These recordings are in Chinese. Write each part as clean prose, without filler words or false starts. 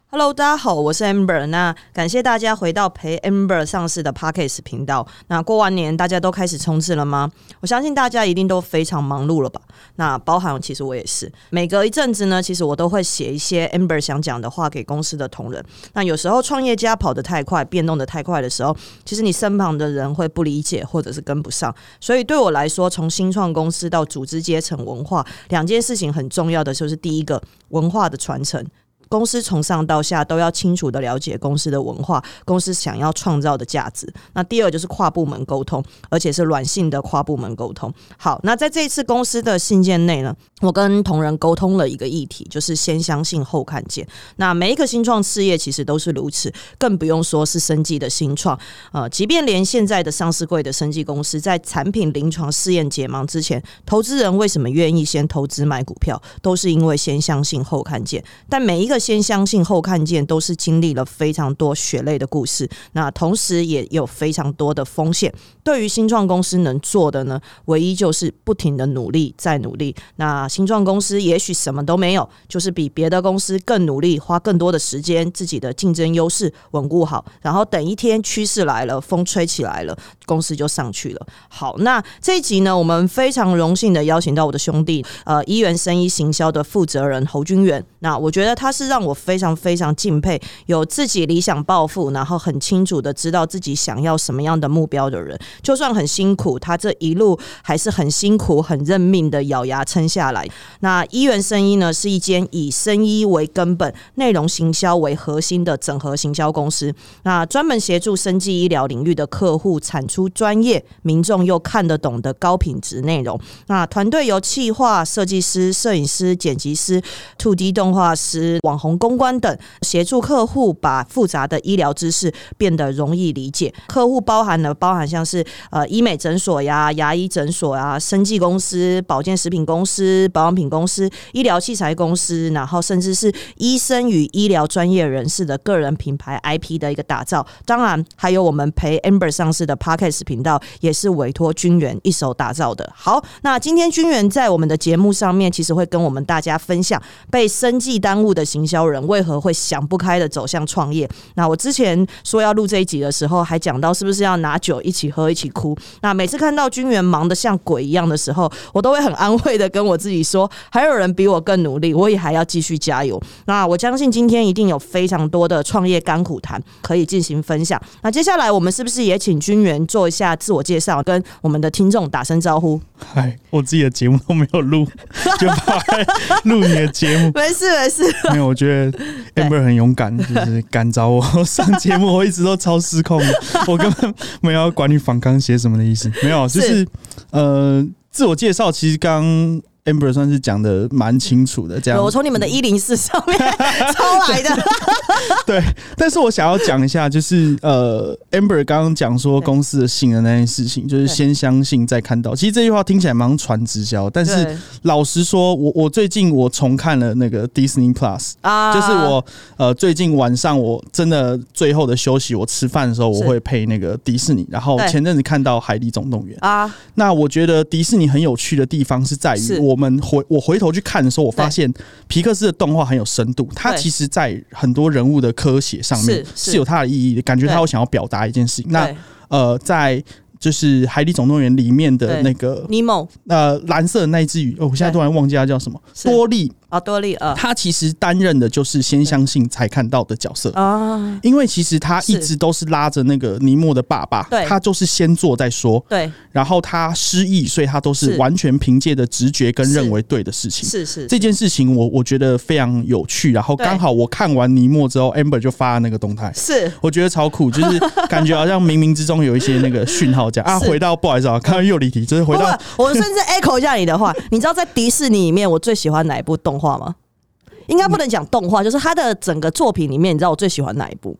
Hello， 大家好，我是 Amber。那感谢大家回到陪 Amber 上市的 Podcast 频道。那过完年，大家都开始冲刺了吗？我相信大家一定都非常忙碌了吧？那包含其实我也是，每隔一阵子呢，其实我都会写一些 Amber 想讲的话给公司的同仁。那有时候创业家跑得太快，变动得太快的时候，其实你身旁的人会不理解或者是跟不上。所以对我来说，从新创公司到组织阶层文化，两件事情很重要的就是第一个，文化的传承。公司从上到下都要清楚的了解公司的文化，公司想要创造的价值。那第二就是跨部门沟通，而且是软性的跨部门沟通。好，那在这一次公司的信件内呢，我跟同仁沟通了一个议题，就是先相信后看见。那每一个新创事业其实都是如此，更不用说是生技的新创。即便连现在的上市柜的生技公司，在产品临床试验解盲之前，投资人为什么愿意先投资买股票，都是因为先相信后看见。但每一个先相信后看见都是经历了非常多血泪的故事，那同时也有非常多的风险。对于新创公司能做的呢，唯一就是不停的努力再努力。那新创公司也许什么都没有，就是比别的公司更努力，花更多的时间，自己的竞争优势稳固好，然后等一天趋势来了，风吹起来了，公司就上去了。好，那这一集呢，我们非常荣幸的邀请到我的兄弟一元生医行销的负责人侯君元。那我觉得他是让我非常非常敬佩，有自己理想抱负，然后很清楚的知道自己想要什么样的目标的人。就算很辛苦，他这一路还是很辛苦很认命的咬牙撑下来。那一元生医呢，是一间以生医为根本，内容行销为核心的整合行销公司。那专门协助生技医疗领域的客户产出专业、民众又看得懂的高品质内容。那团队由企划、设计师、摄影师、剪辑师、2D 动画师、网红公关等，协助客户把复杂的医疗知识变得容易理解。客户包含像是医美诊所呀、牙医诊所呀、生技公司、保健食品公司、保养品公司、医疗器材公司，然后甚至是医生与医疗专业人士的个人品牌 IP 的一个打造。当然还有我们陪 Amber 上市的 Podcast 频道，也是委托君元一手打造的。好，那今天君元在我们的节目上面，其实会跟我们大家分享被生技耽误的行销人为何会想不开的走向创业。那我之前说要录这一集的时候，还讲到是不是要拿酒一起喝一起哭。那每次看到君元忙得像鬼一样的时候，我都会很安慰的跟我自己说，还有人比我更努力，我也还要继续加油。那我相信今天一定有非常多的创业甘苦谈可以进行分享。那接下来我们是不是也请君元做一下自我介绍，跟我们的听众打声招呼？ 嗨，我自己的节目都没有录，就跑来录你的节目。 没事没事， 没有，我觉得 Amber 很勇敢，就是敢找我上节目，我一直都超失控的，我根本没有要管你访纲写什么的意思，没有，就是自我介绍，其实刚Amber 算是讲的蛮清楚的，这样。 我从你们的104上面抄来的。 对，但是我想要讲一下，就是Amber 刚刚讲说公司的信的那件事情，就是先相信再看到。其实这句话听起来蛮传直销，但是老实说，我最近我重看了那个 Disney Plus，就是我最近晚上我真的最后的休息，我吃饭的时候我会配那个迪士尼，然后前阵子看到《海底总动员》啊，那我觉得迪士尼很有趣的地方是在于我回头去看的时候，我发现皮克斯的动画很有深度，它其实在很多人物的科写上面是有它的意义的，感觉它有想要表达一件事情。那在就是《海底总动员》里面的那个尼莫， 蓝色的那一只鱼，我现在突然忘记它叫什么，多利。 多利他其实担任的就是先相信才看到的角色啊，因为其实他一直都是拉着那个尼莫的爸爸，他就是先做再说，对，然后他失忆，所以他都是完全凭借的直觉跟认为对的事情，是这件事情我觉得非常有趣，然后刚好我看完尼莫之后 ，Amber 就发了那个动态，是我觉得超酷，就是感觉好像冥冥之中有一些那个讯号这样啊。回到不好意思啊，看到又离题，就是回到我甚至 echo 一下你的话，你知道在迪士尼里面我最喜欢哪一部动画吗？应该不能讲动画，就是他的整个作品里面，你知道我最喜欢哪一部吗？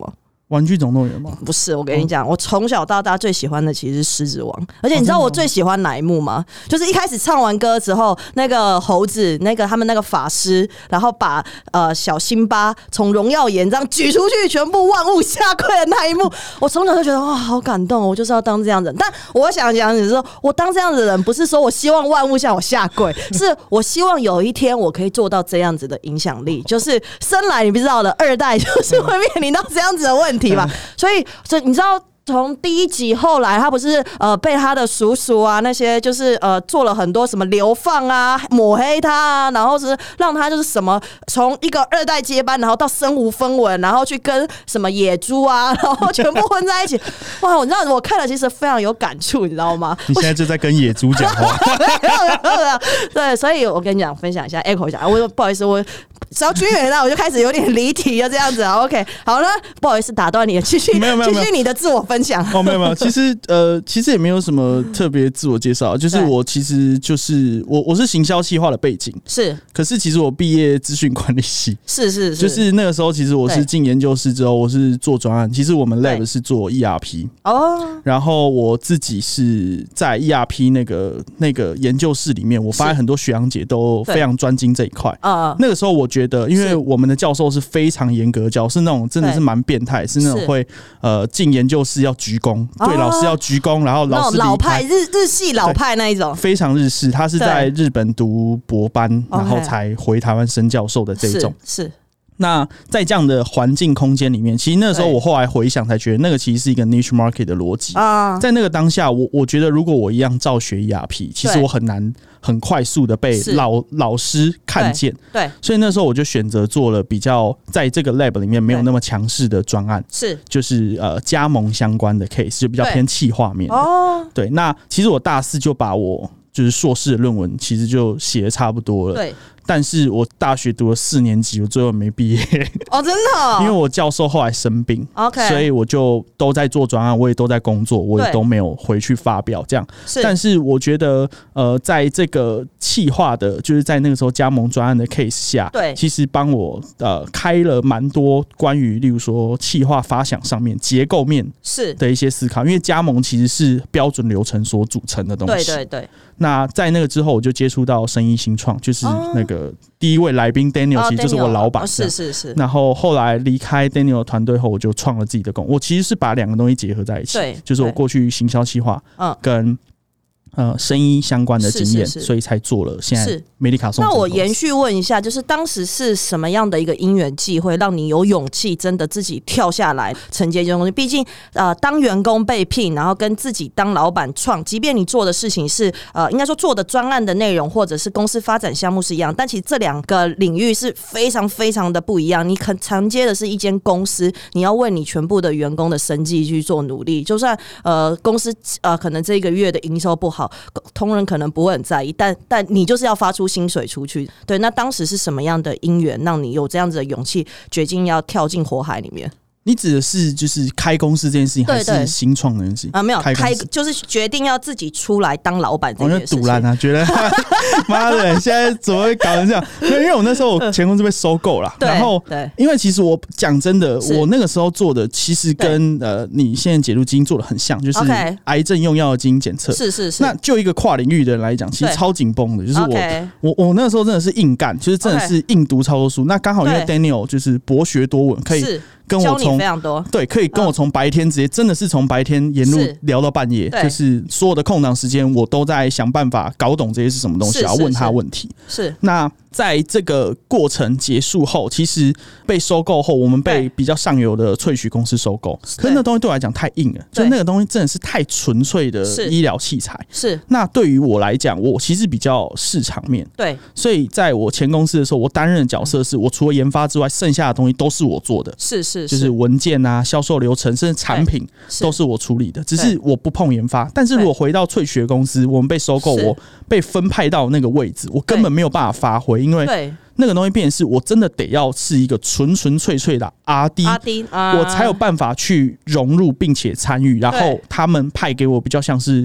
玩具总动员吗？ 不是，我跟你讲，我从小到大最喜欢的其实是狮子王，而且你知道我最喜欢哪一幕吗？就是一开始唱完歌之后，那个猴子，他们那个法师，然后把小辛巴从荣耀岩这样举出去，全部万物下跪的那一幕，我从小就觉得哇，好感动，我就是要当这样的人。但我想讲的是说，我当这样的人，不是说我希望万物向我下跪，是我希望有一天我可以做到这样子的影响力，就是生来你不知道的二代，就是会面临到这样子的问题吧。所以你知道。从第一集后来，他不是被他的叔叔啊那些就是做了很多什么流放啊、抹黑他啊，然后是让他就是什么从一个二代接班，然后到身无分文，然后去跟什么野猪啊，然后全部混在一起。哇，你知道我看了其实非常有感触，你知道吗？ 你现在就在跟野猪讲话。 对，所以我跟你讲，分享一下 Echo 讲，我不好意思，我只要军远了，我就开始有点离题了，这样子啊。OK， 好了，不好意思打断你，继续你的自我分享。 哦，没有，其实也没有什么特别自我介绍，就是我其实就是我是行销企划的背景， 是， 可是其实我毕业资讯管理系， 是， 就是那个时候其实我是进研究室之后，我是做专案，其实我们 lab 是做 ERP 哦，然后我自己是在 ERP 那个研究室里面，我发现很多学长姐都非常专精这一块啊。那个时候我觉得，因为我们的教授是非常严格教，是那种真的是蛮变态，是那种会进研究室要鞠躬，对老师要鞠躬，然后老师老派日系老派那一种， 非常日式。他是在日本读博班，然后才回台湾升教授的这种。是。那在这样的环境空间里面，其实那个时候我后来回想才觉得，那个其实是一个 niche market 的逻辑啊。在那个当下，我觉得如果我一样照学 ERP， 其实我很难很快速的被老师看见。对，所以那时候我就选择做了比较在这个 lab 里面没有那么强势的专案，是就是加盟相关的 case， 就比较偏企划面的。哦，对，那其实我大四就把我就是硕士的论文其实就写得差不多了。对。但是我大学读了4年级，我最后没毕业哦，真的哦？ 因为我教授后来生病 ，OK， 所以我就都在做专案，我也都在工作，我也都没有回去发表这样。但是我觉得，在这个企划的，就是在那个时候加盟专案的 case 下，对，其实帮我开了蛮多关于，例如说企划发想上面结构面是的一些思考，因为加盟其实是标准流程所组成的东西。对。那在那个之后，我就接触到生意新创，就是那个第一位来宾 Daniel， 其实就是我老板。是。然后后来离开 Daniel 的团队后，我就创了自己的公司。我其实是把2个东西结合在一起，就是我过去行销企划跟生意相关的经验，所以才做了现在美丽卡送。 那我延续问一下，就是当时是什么样的一个因缘际会，让你有勇气真的自己跳下来承接这种东西？毕竟当员工被聘，然后跟自己当老板创，即便你做的事情是应该说做的专案的内容或者是公司发展项目是一样，但其实这2个领域是非常非常的不一样。你承接的是一间公司，你要为你全部的员工的生计去做努力，就算公司可能这个月的营收不好，同仁可能不会很在意，但你就是要发出薪水出去。对，那当时是什么样的因缘让你有这样子的勇气，决定要跳进火海里面？ 你指的是就是开公司这件事情，还是新创的事情啊？没有开，就是决定要自己出来当老板这件事情。 我就赌烂啊，觉得妈的，现在怎么会搞成这样？因为我那时候我前公司被收购了，然后因为其实我讲真的，我那个时候做的其实跟你现在解读基因做的很像，就是癌症用药的基因检测。是。那就一个跨领域的人来讲，其实超紧绷的，就是我那个时候真的是硬干，就是真的是硬读超多书。那刚好因为 Daniel 就是博学多闻，可以跟我从对，可以跟我从白天直接真的是从白天沿路聊到半夜，就是所有的空档时间我都在想办法搞懂这些是什么东西，然后问他问题。是那在这个过程结束后，其实被收购后，我们被比较上游的萃取公司收购，可是那东西对我来讲太硬了，就那个东西真的是太纯粹的医疗器材。是那对于我来讲，我其实比较市场面，对，所以在我前公司的时候，我担任的角色是我除了研发之外，剩下的东西都是我做的。是。就是文件啊、销售流程，甚至产品都是我处理的，只是我不碰研发。但是如果回到萃取的公司，我们被收购，我被分派到那个位置，我根本没有办法发挥，因为那个东西变成是我真的得要是一个纯纯粹粹的 RD， 我才有办法去融入并且参与。然后他们派给我比较像是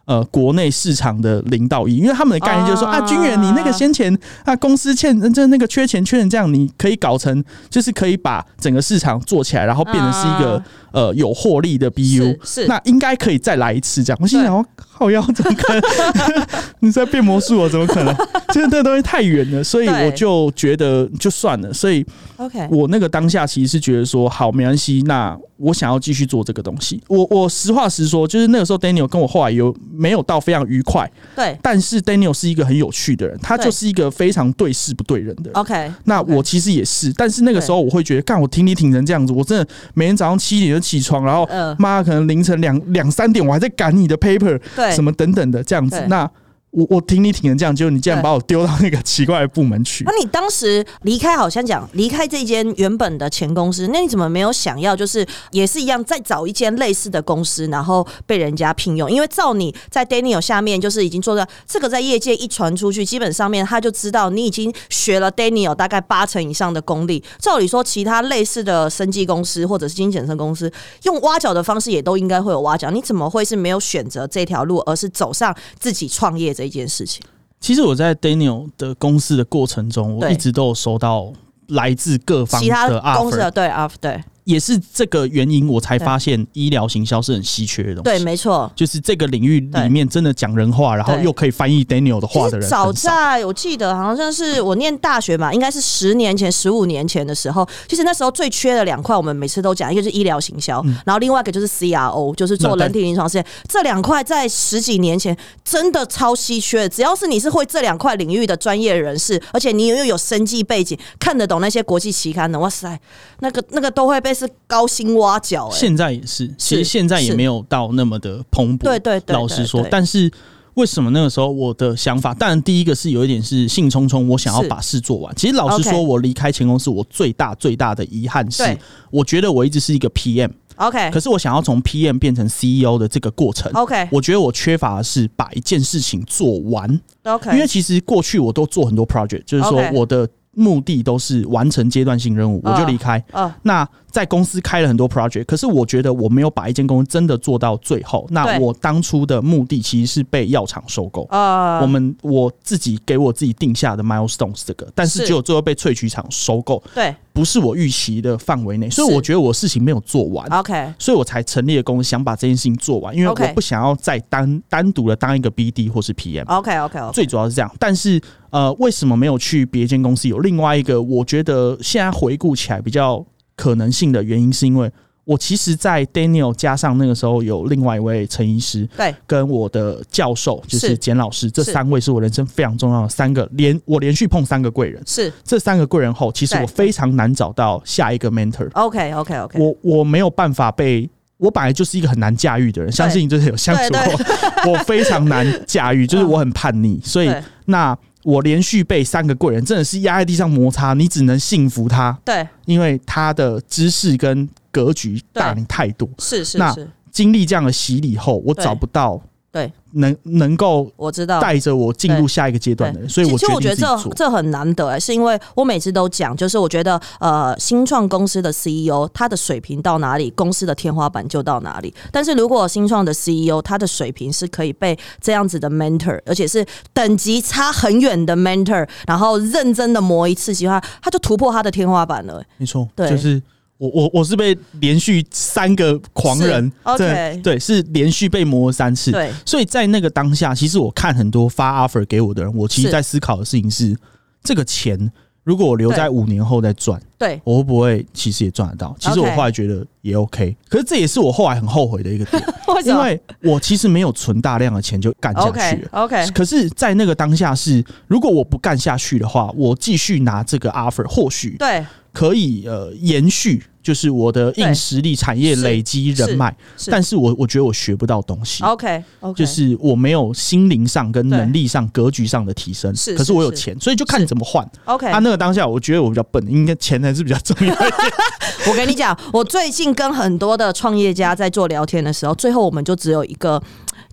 国内市场的0到1，因为他们的概念就是说君远你那个先前公司那个缺钱成这样，你可以搞成就是可以把整个市场做起来，然后变成是一个有获利的 BU， 那应该可以再来一次这样。我心想靠腰怎么可能？你在变魔术怎么可能？就是这个东西太远了，所以我就觉得就算了。所以我那个当下其实是觉得说好没关系，那我想要继续做这个东西。我实话实说，就是那个时候 Daniel 跟我后来没有到非常愉快， 对， 但是 Daniel 是一个很有趣的人，他就是一个非常对事不对人的人。 OK， 那我其实也是，但是那个时候我会觉得，干我挺你挺成这样子，我真的每天早上7点就起床，然后可能凌晨2、3点我还在赶你的 paper， 什么等等的这样子。那我挺你挺成这样，结果你竟然把我丢到那个奇怪的部门去。 那你当时离开，好像讲离开这间原本的前公司，那你怎么没有想要就是也是一样再找一间类似的公司，然后被人家聘用？因为照你在 Daniel 下面就是已经做到这个，在业界一传出去，基本上面他就知道你已经学了 Daniel 大概80%以上的功力。照理说，其他类似的生技公司或者是精简生公司，用挖角的方式也都应该会有挖角，你怎么会是没有选择这条路，而是走上自己创业这一件事情？ 其实我在 Daniel 的公司的过程中，我一直都有收到来自各方的 offer， 其他公司的对， 也是这个原因，我才发现医疗行销是很稀缺的东西。 对，没错， 就是这个领域里面真的讲人话，然后又可以翻译 Daniel 的话的人。 早在我记得好像是我念大学嘛，应该是10年前、15年前的时候，其实那时候最缺的2块，我们每次都讲，一个是医疗行销，然后另外一个就是 CRO， 就是做人体临床试验。这2块在10几年前真的超稀缺的，只要是你是会这2块领域的专业人士，而且你又有生技背景，看得懂那些国际期刊的，哇塞，那个都会被是高薪挖角。 现在也是，其实现在也没有到那么的蓬勃。对，老实说，但是为什么那个时候我的想法，当然第一个是有一点是兴冲冲，我想要把事做完。其实老实说，我离开前公司，我最大的遗憾是，我觉得我一直是一个 PM。OK， 可是我想要从 PM 变成 CEO 的这个过程 ，OK， 我觉得我缺乏的是把一件事情做完。OK， 因为其实过去我都做很多 project， 就是说我的目的都是完成阶段性任务，我就离开。那在公司开了很多 project， 可是我觉得我没有把一间公司真的做到最后。那我当初的目的其实是被药厂收购。我自己给我自己定下的 milestones 这个，但是结果最后被萃取厂收购。对。不是我预期的范围内，所以我觉得我事情没有做完。OK， 所以我才成立了公司，想把这件事情做完，因为我不想要再单独的当一个 BD 或是 PM。OK， 最主要是这样。但是为什么没有去别间公司？有另外一个，我觉得现在回顾起来比较可能性的原因，是因为我其实，在 Daniel 加上那个时候有另外一位陈医师，对，跟我的教授就是简老师，这3位是我人生非常重要的3个，我连续碰3个贵人，是这3个贵人后，其实我非常难找到下一个 mentor。OK， 我没有办法我本来就是一个很难驾驭的人，相信你就是有相处过，我非常难驾驭，就是我很叛逆，所以那。我连续被3个贵人真的是压在地上摩擦，你只能信服他。对，因为他的知识跟格局大你太多。是。那经历这样的洗礼后，我找不到能够我知道带着我进入下一个阶段的人，所以我觉得这很难得，是因为我每次都讲，就是我觉得新创公司的 CEO 他的水平到哪里，公司的天花板就到哪里。但是如果新创的 CEO 他的水平是可以被这样子的 mentor， 而且是等级差很远的 mentor， 然后认真的磨一次计划，他就突破他的天花板了。 没错，就是。我是被连续3个狂人，对，是连续被磨3次，对，所以在那个当下，其实我看很多发 offer 给我的人，我其实在思考的事情是，这个钱如果我留在5年后再赚，对，我会不会其实也赚得到？其实我后来觉得也 OK， 可是这也是我后来很后悔的一个点，因为我其实没有存大量的钱就干下去了。OK， 可是，在那个当下是，如果我不干下去的话，我继续拿这个 offer， 或许对。可以延续，就是我的硬实力产业累积人脉，但是我觉得我学不到东西。OK， 就是我没有心灵上跟能力上、格局上的提升。可是我有钱，所以就看你怎么换。OK， 那个当下我觉得我比较笨，应该钱还是比较重要一点。 我跟你讲，我最近跟很多的创业家在做聊天的时候，最后我们就只有一个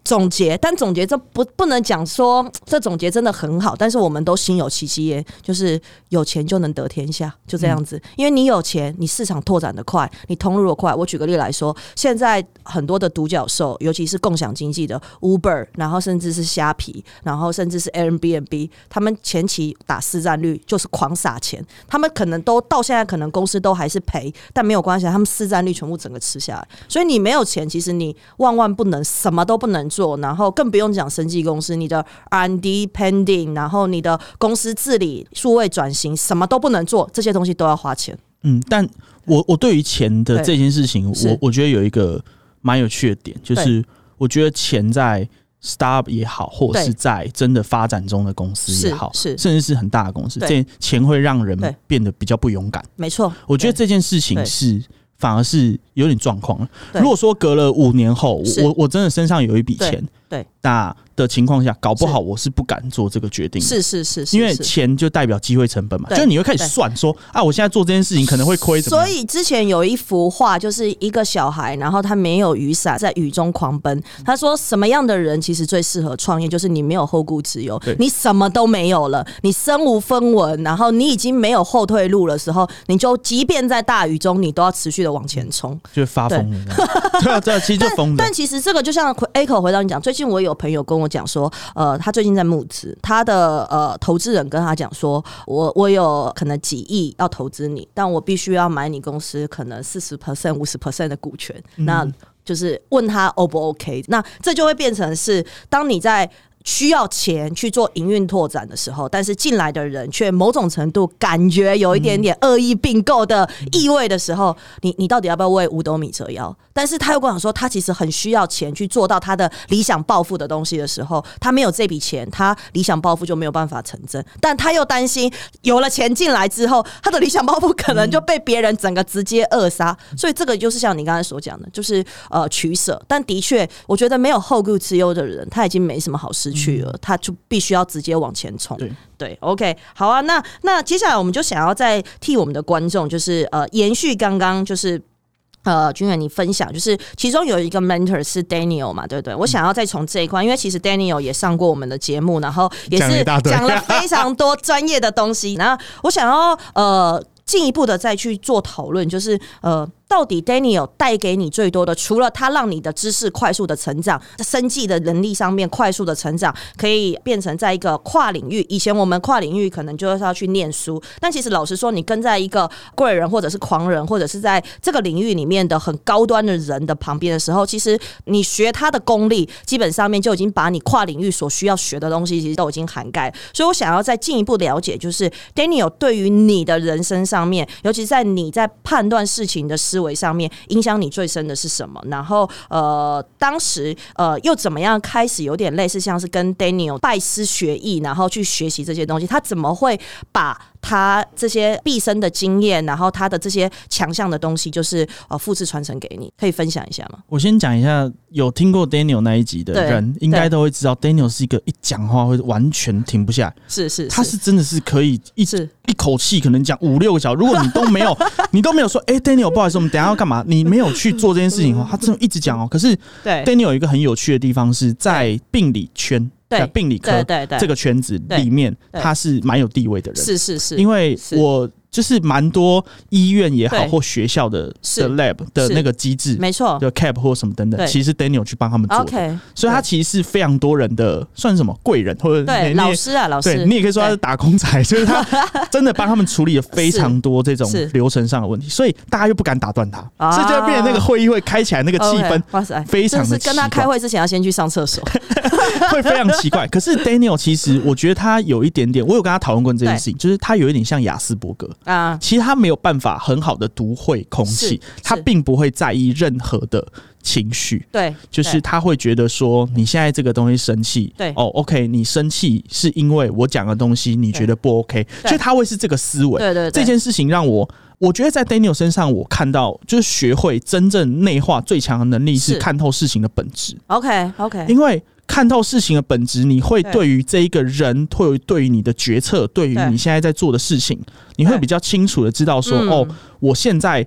总结，但总结这不能讲说这总结真的很好，但是我们都心有戚戚焉，就是有钱就能得天下，就这样子。因为你有钱，你市场拓展的快，你通路的快。我举个例来说，现在很多的独角兽，尤其是共享经济的 Uber， 然后甚至是虾皮，然后甚至是 Airbnb， 他们前期打市占率就是狂撒钱，他们可能都到现在可能公司都还是赔，但没有关系，他们市占率全部整个吃下来。所以你没有钱，其实你万万不能什么都不能做，然后更不用讲生技公司，你的 R&D pending， 然后你的公司治理、数位转型，什么都不能做，这些东西都要花钱。 但我对于钱的这件事情，我觉得有一个蛮有趣的点，就是我觉得钱在 startup 也好，或者是在真的发展中的公司也好，甚至是很大的公司，这钱会让人变得比较不勇敢。 没错， 我觉得这件事情是反而是有点状况了。如果说隔了5年后，我真的身上有一笔钱，那的情况下，搞不好我是不敢做这个决定的。是，因为钱就代表机会成本嘛，就是你会开始算说啊，我现在做这件事情可能会亏什么。 所以之前有一幅画，就是一个小孩，然后他没有雨伞，在雨中狂奔。他说，什么样的人其实最适合创业？就是你没有后顾之忧，你什么都没有了，你身无分文，然后你已经没有后退路的时候，你就即便在大雨中，你都要持续的往前冲， 就发疯了。对，其实就疯了。 但其实这个就像 Echo 回到你讲，最近我有朋友跟我讲说，他最近在募资，他的投资人跟他讲说，我有可能几亿要投资你，但我必须要买你公司可能40%、50% 的股权，那就是问他 O 不 OK？ 那这就会变成是当你在需要钱去做营运拓展的时候，但是进来的人却某种程度感觉有一点点恶意并购的意味的时候，你到底要不要为五斗米折腰？但是他又跟我讲说，他其实很需要钱去做到他的理想抱负的东西的时候，他没有这笔钱，他理想抱负就没有办法成真。但他又担心有了钱进来之后，他的理想抱负可能就被别人整个直接扼杀。所以这个就是像你刚才所讲的，就是取舍。但的确，我觉得没有后顾之忧的人，他已经没什么好失去了，他就必须要直接往前冲。对 ，OK， 好啊。那接下来我们就想要再替我们的观众，就是延续刚刚就是君远你分享，就是其中有一个 mentor 是 Daniel 嘛，对不对？我想要再从这一块，因为其实 Daniel 也上过我们的节目，然后也是讲了非常多专业的东西。然后我想要进一步的再去做讨论，就是到底 Daniel 带给你最多的，除了他让你的知识快速的成长，生技的能力上面快速的成长，可以变成在一个跨领域。以前我们跨领域可能就是要去念书，但其实老实说，你跟在一个贵人或者是狂人，或者是在这个领域里面的很高端的人的旁边的时候，其实你学他的功力，基本上面就已经把你跨领域所需要学的东西，其实都已经涵盖。所以我想要再进一步了解，就是 Daniel 对于你的人生上面，尤其在你在判断事情的思维上面，影响你最深的是什么？然后当时又怎么样开始有点类似像是跟 Daniel 拜师学艺，然后去学习这些东西？他怎么会把他这些毕生的经验，然后他的这些强项的东西，就是复制传承给你？可以分享一下吗？ 我先讲一下，有听过 Daniel 那一集的人，应该都会知道 Daniel 是一个一讲话会完全停不下来， 是他是真的是可以一口气可能讲5-6个小时，如果你都没有你都没有说Daniel 不好意思我们等一下要干嘛，你没有去做这件事情他真的一直讲可是 Daniel 有一个很有趣的地方是在病理圈，在病理科这个圈子里面，他是蛮有地位的人。是，因为我就是蛮多医院也好或学校的 lab 的那个机制， 没错， 就 cap 或什么等等，其实 Daniel 去帮他们做的，所以他其实是非常多人的算什么贵人或者老师啊，老师， 对你也可以说他是打工仔，就是他真的帮他们处理了非常多这种流程上的问题，所以大家又不敢打断他，所以就会变成那个会议会开起来那个气氛，哇塞，非常的奇怪， 就是跟他开会之前要先去上厕所， 会非常奇怪。可是 Daniel 其实我觉得他有一点点，我有跟他讨论过这件事情，就是他有一点像亚斯伯格其实他没有办法很好的读会空气，他并不会在意任何的情绪，对，就是他会觉得说你现在这个东西生气，对，OK， 你生气是因为我讲的东西你觉得不 OK， 所以他会是这个思维，对，这件事情让我觉得在 Daniel 身上我看到就是学会真正内化最强的能力是看透事情的本质 ，OK， 因为看透事情的本质，你会对于这一个人，会对于你的决策，对于你现在在做的事情，你会比较清楚的知道说，我现在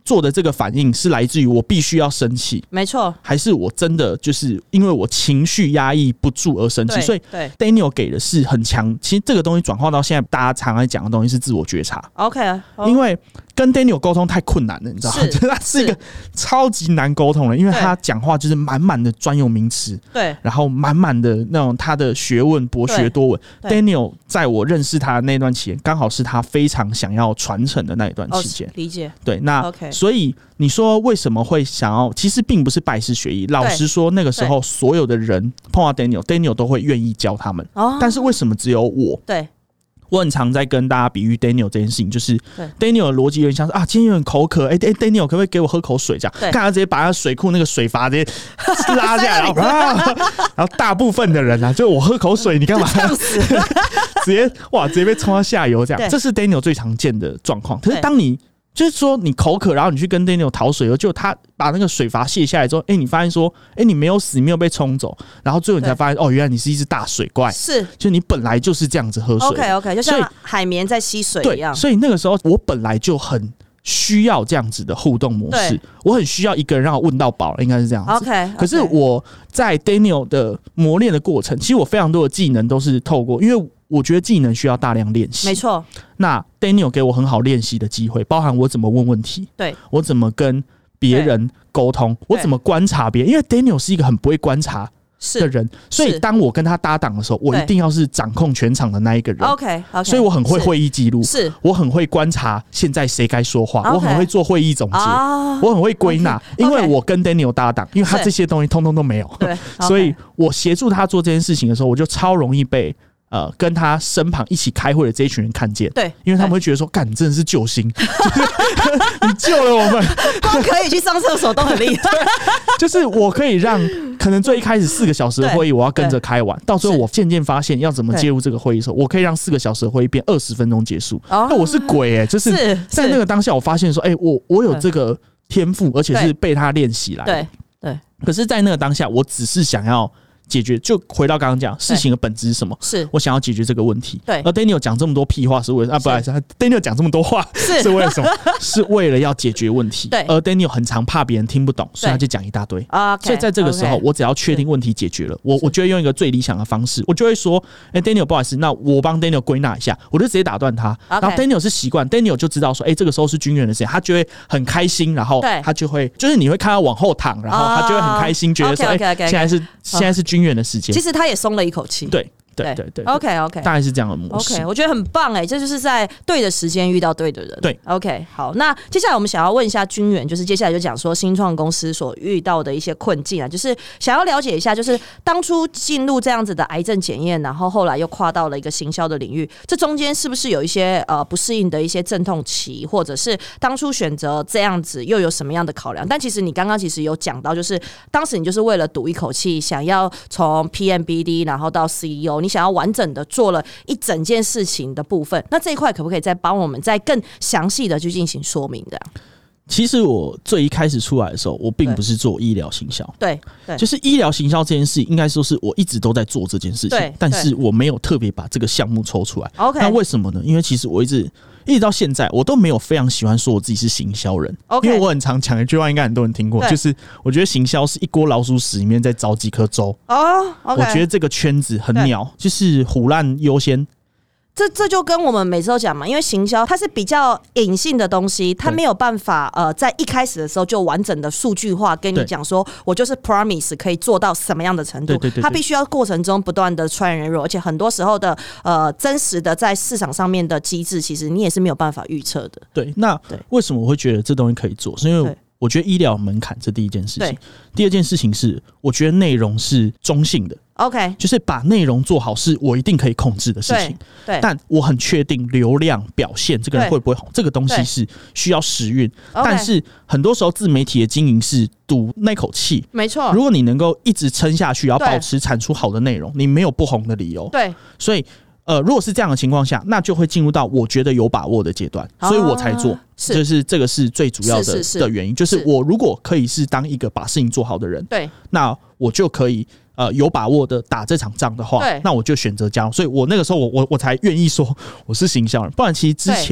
做的这个反应是来自于我必须要生气， 没错， 还是我真的就是因为我情绪压抑不住而生气？所以 Daniel 给的是很强，其实这个东西转化到现在大家常常讲的东西是自我觉察。 OK， 因为跟 Daniel 沟通太困难了，你知道吗？他是一个超级难沟通的，因为他讲话就是满满的专有名词，对，然后满满的那种他的学问博学多闻。Daniel 在我认识他的那段期间，刚好是他非常想要传承的那一段期间。 理解。 对，那所以你说为什么会想要？其实并不是拜师学艺。老实说，那个时候所有的人碰到 Daniel 都会愿意教他们。但是为什么只有我？对。我很常在跟大家比喻 Daniel 这件事情，就是 Daniel 的逻辑有点像是今天有点口渴，Daniel 可不可以给我喝口水？这样，看他直接把他水库那个水阀直接拉下来，然后大部分的人就我喝口水，你干嘛？直接被冲到下游，这样，这是 Daniel 最常见的状况。可是当你就是说你口渴，然后你去跟 Daniel 讨水，就他把那个水阀卸下来之后，你发现说，你没有死，你没有被冲走，然后最后你才发现，原来你是一只大水怪，是，就你本来就是这样子喝水。OK， 就像海绵在吸水一样。 所以那个时候我本来就很需要这样子的互动模式，我很需要一个人让我问到饱，应该是这样子。OK， 可是我在 Daniel 的磨练的过程，其实我非常多的技能都是透过，因为我觉得技能需要大量练习，没错。那 Daniel 给我很好练习的机会，包含我怎么问问题，对，我怎么跟别人沟通，我怎么观察别人，因为 Daniel 是一个很不会观察的人，所以当我跟他搭档的时候，我一定要是掌控全场的那一个人。OK， 所以我很会会议记录，是我很会观察现在谁该说话，我很会做会议总结，我很会归纳，因为我跟 Daniel 搭档，因为他这些东西通通都没有，所以我协助他做这件事情的时候，我就超容易被跟他身旁一起开会的这一群人看见，对，因为他们会觉得说，干，你真的是救星，你救了我们， 光可以去上厕所都很厉害。 就是我可以让可能最一开始4个小时的会议，我要跟着开完，到最后我渐渐发现要怎么介入这个会议的时候，我可以让4个小时的会议变20分钟结束。那我是鬼就是在那个当下，我发现说，我有这个天赋，而且是被他练习来的。对，可是，在那个当下，我只是想要解决，就回到刚刚讲事情的本质是什么？是我想要解决这个问题。对，而 Daniel 讲这么多屁话是为了不好意思 ，Daniel 讲这么多话是为了什么？是为了要解决问题。对，而 Daniel 很常怕别人听不懂，所以他就讲一大堆。所以在这个时候，我只要确定问题解决了，我就会用一个最理想的方式，我就会说，Daniel 不好意思，那我帮 Daniel 归纳一下，我就直接打断他。然后 Daniel 是习惯 ，Daniel 就知道说，这个时候是军人的时间，他就会很开心，然后他就会就是你会看他往后躺，然后他就会很开心，觉得说，现在是军人的时间。 其实他也松了一口气。 对 OK， 大概是这样的模式。 OK， 我觉得很棒这就是在对的时间遇到对的人。 对 ，OK， 好，那接下来我们想要问一下军远，就是接下来就讲说新创公司所遇到的一些困境就是想要了解一下，就是当初进入这样子的癌症检验，然后后来又跨到了一个行销的领域，这中间是不是有一些不适应的一些阵痛期，或者是当初选择这样子又有什么样的考量？但其实你刚刚其实有讲到，就是当时你就是为了赌一口气，想要从 PMBD 然后到 CEO， 你想要完整的做了一整件事情的部分，那这一块可不可以再帮我们再更详细的去进行说明的？ 其实我最一开始出来的时候，我并不是做医疗行销，对，就是医疗行销这件事，应该说是我一直都在做这件事情，但是我没有特别把这个项目抽出来。那为什么呢？因为其实我一直到现在，我都没有非常喜欢说我自己是行销人，因为我很常讲一句话，应该很多人听过，就是我觉得行销是一锅老鼠屎里面再找几颗粥。我觉得这个圈子很鸟，就是唬烂优先。 这就跟我们每次都讲嘛，因为行销它是比较隐性的东西，它没有办法在一开始的时候就完整的数据化跟你讲说，我就是 promise 可以做到什么样的程度，它必须要过程中不断的 try and error，而且很多时候的真实的在市场上面的机制，其实你也是没有办法预测的。对， 那为什么我会觉得这东西可以做？是因为我觉得医疗门槛这第一件事情，第二件事情是我觉得内容是中性的。OK， 就是把内容做好是我一定可以控制的事情，但我很确定流量表现这个人会不会红，这个东西是需要时运。但是很多时候自媒体的经营是赌那口气，没错。如果你能够一直撑下去，然后保持产出好的内容，你没有不红的理由。对，所以如果是这样的情况下，那就会进入到我觉得有把握的阶段，所以我才做。就是这个是最主要的原因，就是我如果可以是当一个把事情做好的人，对，那我就可以有把握的打这场仗的话，那我就选择加入。所以我那个时候我才愿意说我是行销人，不然其实之前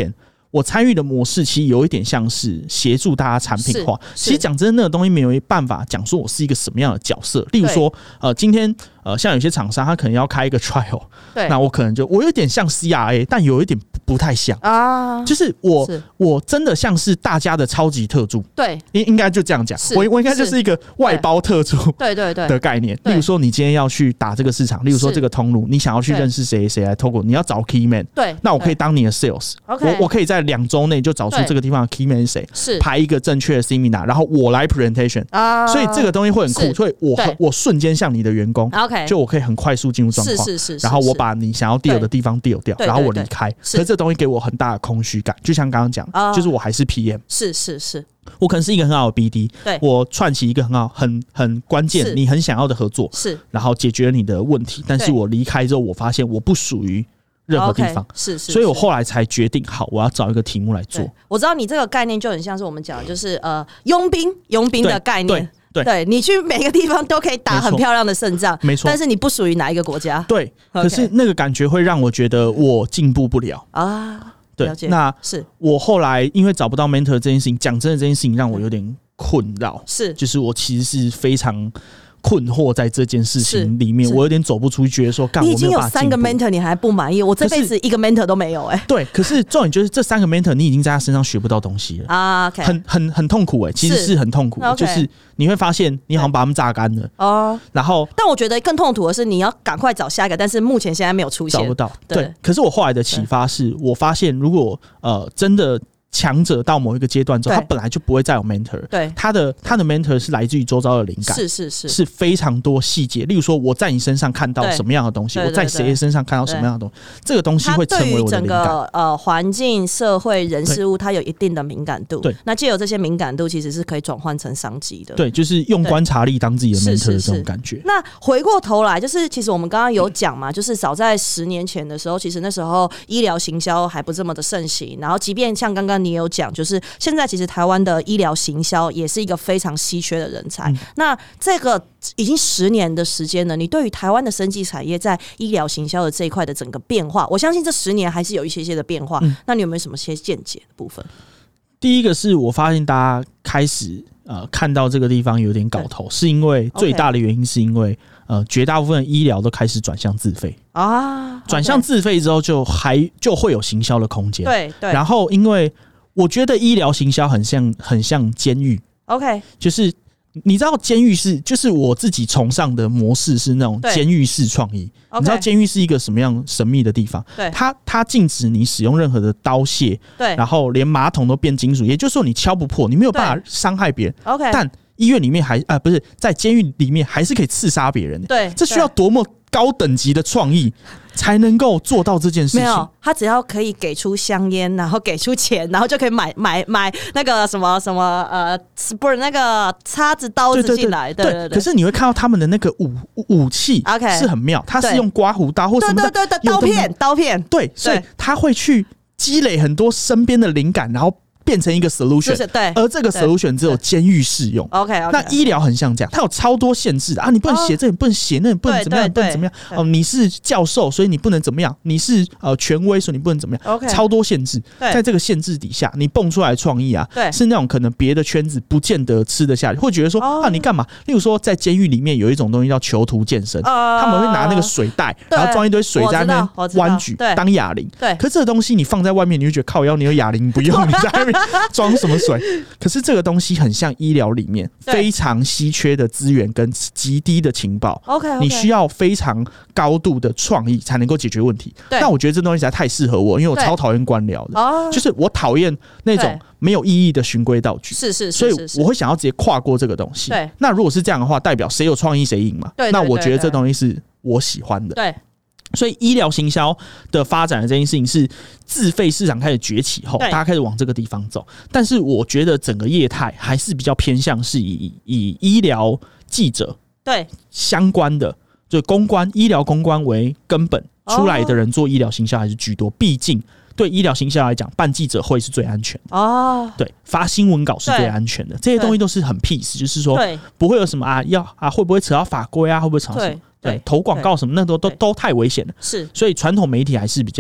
我参与的模式其实有一点像是协助大家产品化。其实讲真的，那个东西没有办法讲说我是一个什么样的角色。例如说，今天像有些厂商他可能要开一个 trial， 那我可能我有点像 CRA， 但有一点不太像啊。就是我真的像是大家的超级特助， 对， 应该就这样讲。我应该就是一个外包特助，对的概念。例如说，你今天要去打这个市场，例如说这个通路，你想要去认识谁来透过，你要找 key man， 对，那我可以当你的 sales， 我可以在2周内就找出这个地方的 key man 是谁，排一个正确的 seminar， 然后我来 presentation， 所以这个东西会很酷，所以我瞬间像你的员工，就我可以很快速进入状况，然后我把你想要 deal 的地方 deal 掉，然后我离开。可是这东西给我很大的空虚感，就像刚刚讲，就是我还是 PM， 是，我可能是一个很好的 BD， 我串起一个很关键你很想要的合作，然后解决了你的问题，但是我离开之后，我发现我不属于任何地方，所以我后来才决定，好，我要找一个题目来做。 我知道你这个概念就很像是我们讲的，就是佣兵的概念。对，你去每个地方都可以打很漂亮的胜仗，没错。但是你不属于哪一个国家， 对。可是那个感觉会让我觉得我进步不了啊。对，那是我后来因为找不到 mentor 这件事情，讲真的，这件事情让我有点困扰，就是我其实是非常困惑在这件事情里面，我有点走不出去，觉得说， 你已经有3个 mentor， 你还不满意？我这辈子一个 mentor 都没有对，可是重点就是这3个 mentor， 你已经在他身上学不到东西了啊，很痛苦其实是很痛苦的，就是你会发现你好像把他们榨干了哦。然后，但我觉得更痛苦的是你要赶快找下一个，但是目前现在没有出现， 找不到。对，可是我后来的启发是，我发现如果真的强者到某一个阶段之后，他本来就不会再有 mentor。对，他的 mentor 是来自于周遭的灵感，是非常多细节。例如说，我在你身上看到什么样的东西，我在谁身上看到什么样的东西，这个东西会成为我的灵感。 整个环境、社会、人事物，它有一定的敏感度。对，那藉由这些敏感度，其实是可以转换成商机的。 对，就是用观察力当自己的 mentor 的这种感觉。 那回过头来，就是其实我们刚刚有讲嘛，就是早在10年前的时候，其实那时候医疗行销还不这么的盛行，然后即便像刚刚你有讲，就是现在其实台湾的医疗行销也是一个非常稀缺的人才。那这个已经10年的时间了，你对于台湾的生技产业在医疗行销的这一块的整个变化，我相信这10年还是有一些的变化。那你有没有什么些见解的部分？ 第一个是我发现大家开始看到这个地方有点搞头，是因为最大的原因是因为绝大部分的医疗都开始转向自费啊，转向自费之后就会有行销的空间。对，然后因为我觉得医疗行销很像监狱 ，OK， 就是你知道监狱就是我自己崇尚的模式是那种监狱式创意。你知道监狱是一个什么样神秘的地方？对，它禁止你使用任何的刀械，对，然后连马桶都变金属，也就是说你敲不破，你没有办法伤害别人。OK， 但医院里面不是在监狱里面还是可以刺杀别人。对，这需要多么高等级的创意才能够做到这件事情？没有， 他只要可以给出香烟，然后给出钱，然后就可以买那个什么不是那个叉子、刀子进来。对。 可是你会看到他们的那个武器是很妙，他是用刮胡刀或什么的， 对，刀片。 对，所以他会去积累很多身边的灵感，然后变成一个 solution， 对，而这个 solution 只有监狱适用。OK， 那医疗很像这样，它有超多限制的啊，你不能写这，你不能写那，你不能怎么样，不能怎么样。哦，你是教授，所以你不能怎么样；你是权威，所以你不能怎么样。OK， 超多限制，在这个限制底下，你蹦出来的创意啊，是那种可能别的圈子不见得吃得下去，会觉得说啊，你干嘛？例如说，在监狱里面有一种东西叫囚徒健身，他们会拿那个水袋，然后装一堆水在那边弯举当哑铃。对，可是这个东西你放在外面，你就觉得靠腰，你有哑铃不用，你在外面装什么水？可是这个东西很像医疗里面非常稀缺的资源跟极低的情报。OK， 你需要非常高度的创意才能够解决问题。但我觉得这东西实在太适合我，因为我超讨厌官僚的，就是我讨厌那种没有意义的循规蹈矩。是，所以我会想要直接跨过这个东西。对，那如果是这样的话，代表谁有创意谁赢嘛？那我觉得这东西是我喜欢的。对。所以医疗行销的发展的这件事情是自费市场开始崛起后，大家开始往这个地方走。但是我觉得整个业态还是比较偏向是以医疗记者对相关的，就公关、医疗公关为根本出来的人做医疗行销还是居多。毕竟对医疗行销来讲，办记者会是最安全的哦。对，发新闻稿是最安全的，这些东西都是很 peace， 就是说不会有什么会不会扯到法规啊，会不会扯到什么？对，投广告什么那都太危险了。是，所以传统媒体还是比较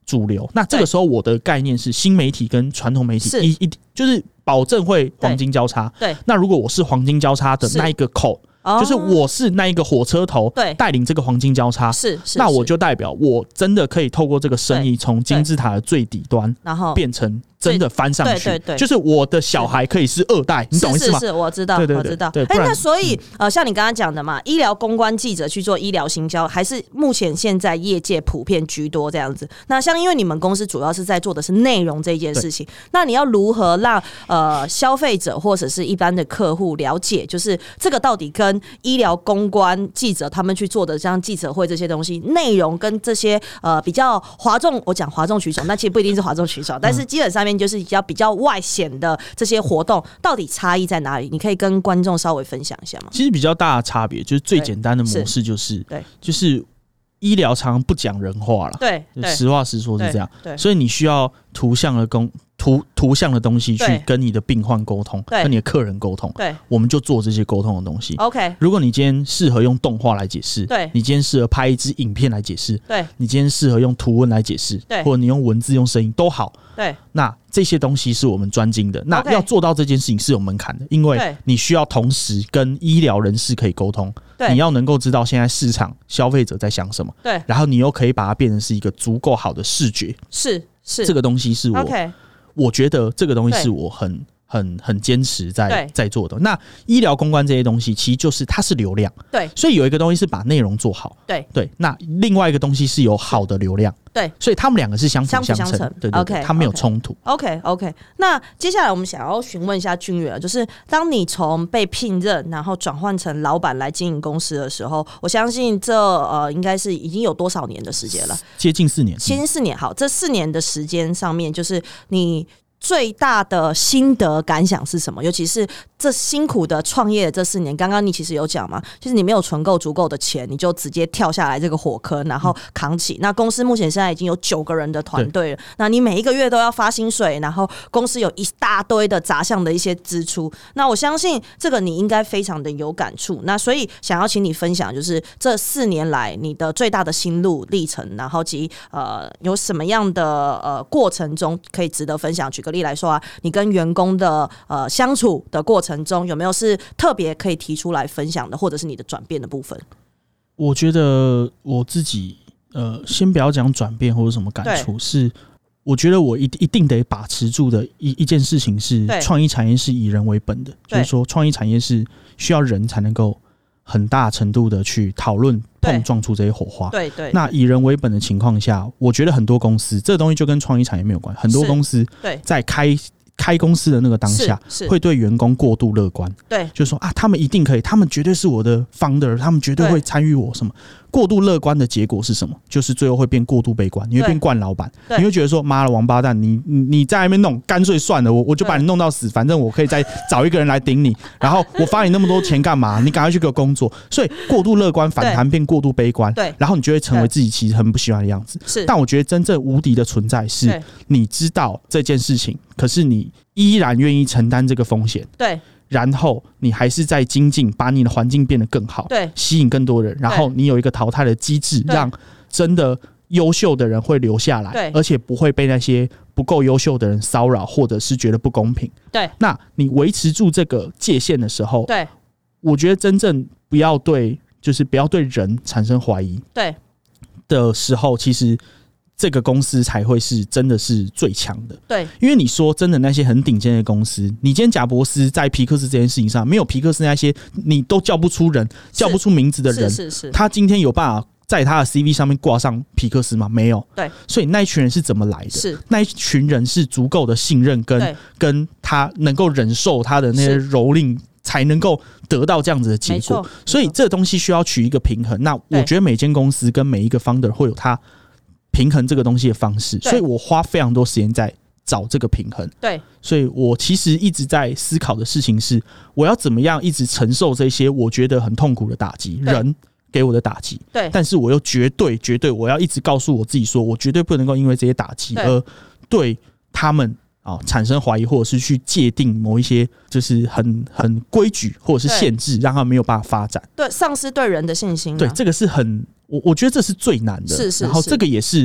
主流。那这个时候我的概念是新媒体跟传统媒体就是保证会黄金交叉。 对， 那如果我是黄金交叉的那一个口，就是我是那一个火车头，带领这个黄金交叉，那我就代表我真的可以透过这个生意从金字塔的最底端，然后变成真的翻上去，就是我的小孩可以是2代，你懂意思吗？ 是，我知道，我知道。那所以像你刚刚讲的嘛，医疗公关记者去做医疗行销，还是目前现在业界普遍居多这样子。那像因为你们公司主要是在做的是内容这件事情，那你要如何让消费者或者是一般的客户了解，就是这个到底跟医疗公关记者他们去做的像记者会这些东西内容跟这些比较哗众，我讲哗众取宠，那其实不一定是哗众取宠，但是基本上面就是比较外显的这些活动到底差异在哪里？你可以跟观众稍微分享一下吗？ 其实比较大的差别就是最简单的模式就是医疗常常不讲人话了，对，实话实说是这样，所以你需要图像的东西去跟你的病患沟通，跟你的客人沟通，我们就做这些沟通的东西。OK， 如果你今天适合用动画来解释，你今天适合拍一支影片来解释，你今天适合用图文来解释，或者你用文字用声音都好，那这些东西是我们专精的。那要做到这件事情是有门槛的，因为你需要同时跟医疗人士可以沟通，你要能够知道现在市场消费者在想什么，然后你又可以把它变成是一个足够好的视觉，是这个东西是我觉得这个东西是我很坚持在做的。那医疗公关这些东西，其实就是它是流量，所以有一个东西是把内容做好，那另外一个东西是有好的流量，所以他们两个是相辅相成，对，它没有冲突。 OK， 那接下来我们想要询问一下君远，就是当你从被聘任，然后转换成老板来经营公司的时候，我相信这应该是已经有多少年的时间了？ 接近4 年。好，这4年的时间上面，就是你最大的心得感想是什么？尤其是这辛苦的创业的这4年，刚刚你其实有讲嘛，就是你没有存够足够的钱，你就直接跳下来这个火坑，然后扛起。那公司目前现在已经有9个人的团队了，那你每一个月都要发薪水，然后公司有一大堆的杂项的一些支出。那我相信这个你应该非常的有感触。那所以想要请你分享，就是这4年来你的最大的心路历程，然后及有什么样的过程中可以值得分享？举个例来说啊，你跟员工的相处的过程中，有没有是特别可以提出来分享的，或者是你的转变的部分？ 我觉得我自己先不要讲转变或者什么感触，是我觉得我一定得把持住的一件事情是，创意产业是以人为本的，就是说创意产业是需要人才能够很大程度的去讨论碰撞出这些火花。那以人为本的情况下，我觉得很多公司这个东西就跟创意产业没有关，很多公司在开公司的那个当下，会对员工过度乐观，就是说啊，他们一定可以，他们绝对是我的 founder， 他们绝对会参与我什么。过度乐观的结果是什么？就是最后会变过度悲观，你会变惯老板，你会觉得说妈的王八蛋，你在那边弄，干脆算了，我就把你弄到死，反正我可以再找一个人来顶你，然后我发你那么多钱干嘛？你赶快去给我工作。所以过度乐观反弹变过度悲观，然后你就会成为自己其实很不喜欢的样子。但我觉得真正无敌的存在是，你知道这件事情，可是你依然愿意承担这个风险。然后你还是在精进，把你的环境变得更好，吸引更多人，然后你有一个淘汰的机制，让真的优秀的人会留下来，而且不会被那些不够优秀的人骚扰，或者是觉得不公平。那你维持住这个界限的时候，我觉得真正不要对人产生怀疑的时候，其实这个公司才会是真的是最强的。因为你说真的那些很顶尖的公司，你今天贾伯斯在皮克斯这件事情上，没有皮克斯那些你都叫不出人、叫不出名字的人，他今天有办法在他的 CV 上面挂上皮克斯吗？没有。所以那一群人是怎么来的？那一群人是足够的信任跟他能够忍受他的那些蹂躏，才能够得到这样子的结果。所以这个东西需要取一个平衡。那我觉得每间公司跟每一个 founder 会有他平衡这个东西的方式，所以我花非常多时间在找这个平衡。所以我其实一直在思考的事情是，我要怎么样一直承受这些我觉得很痛苦的打击，人给我的打击，但是我又绝对我要一直告诉我自己说，我绝对不能够因为这些打击而对他们产生怀疑，或者是去界定某一些就是很规矩或者是限制，让他们没有办法发展， 丧失对人的信心。 这个是我觉得这是最难的。然后这个也是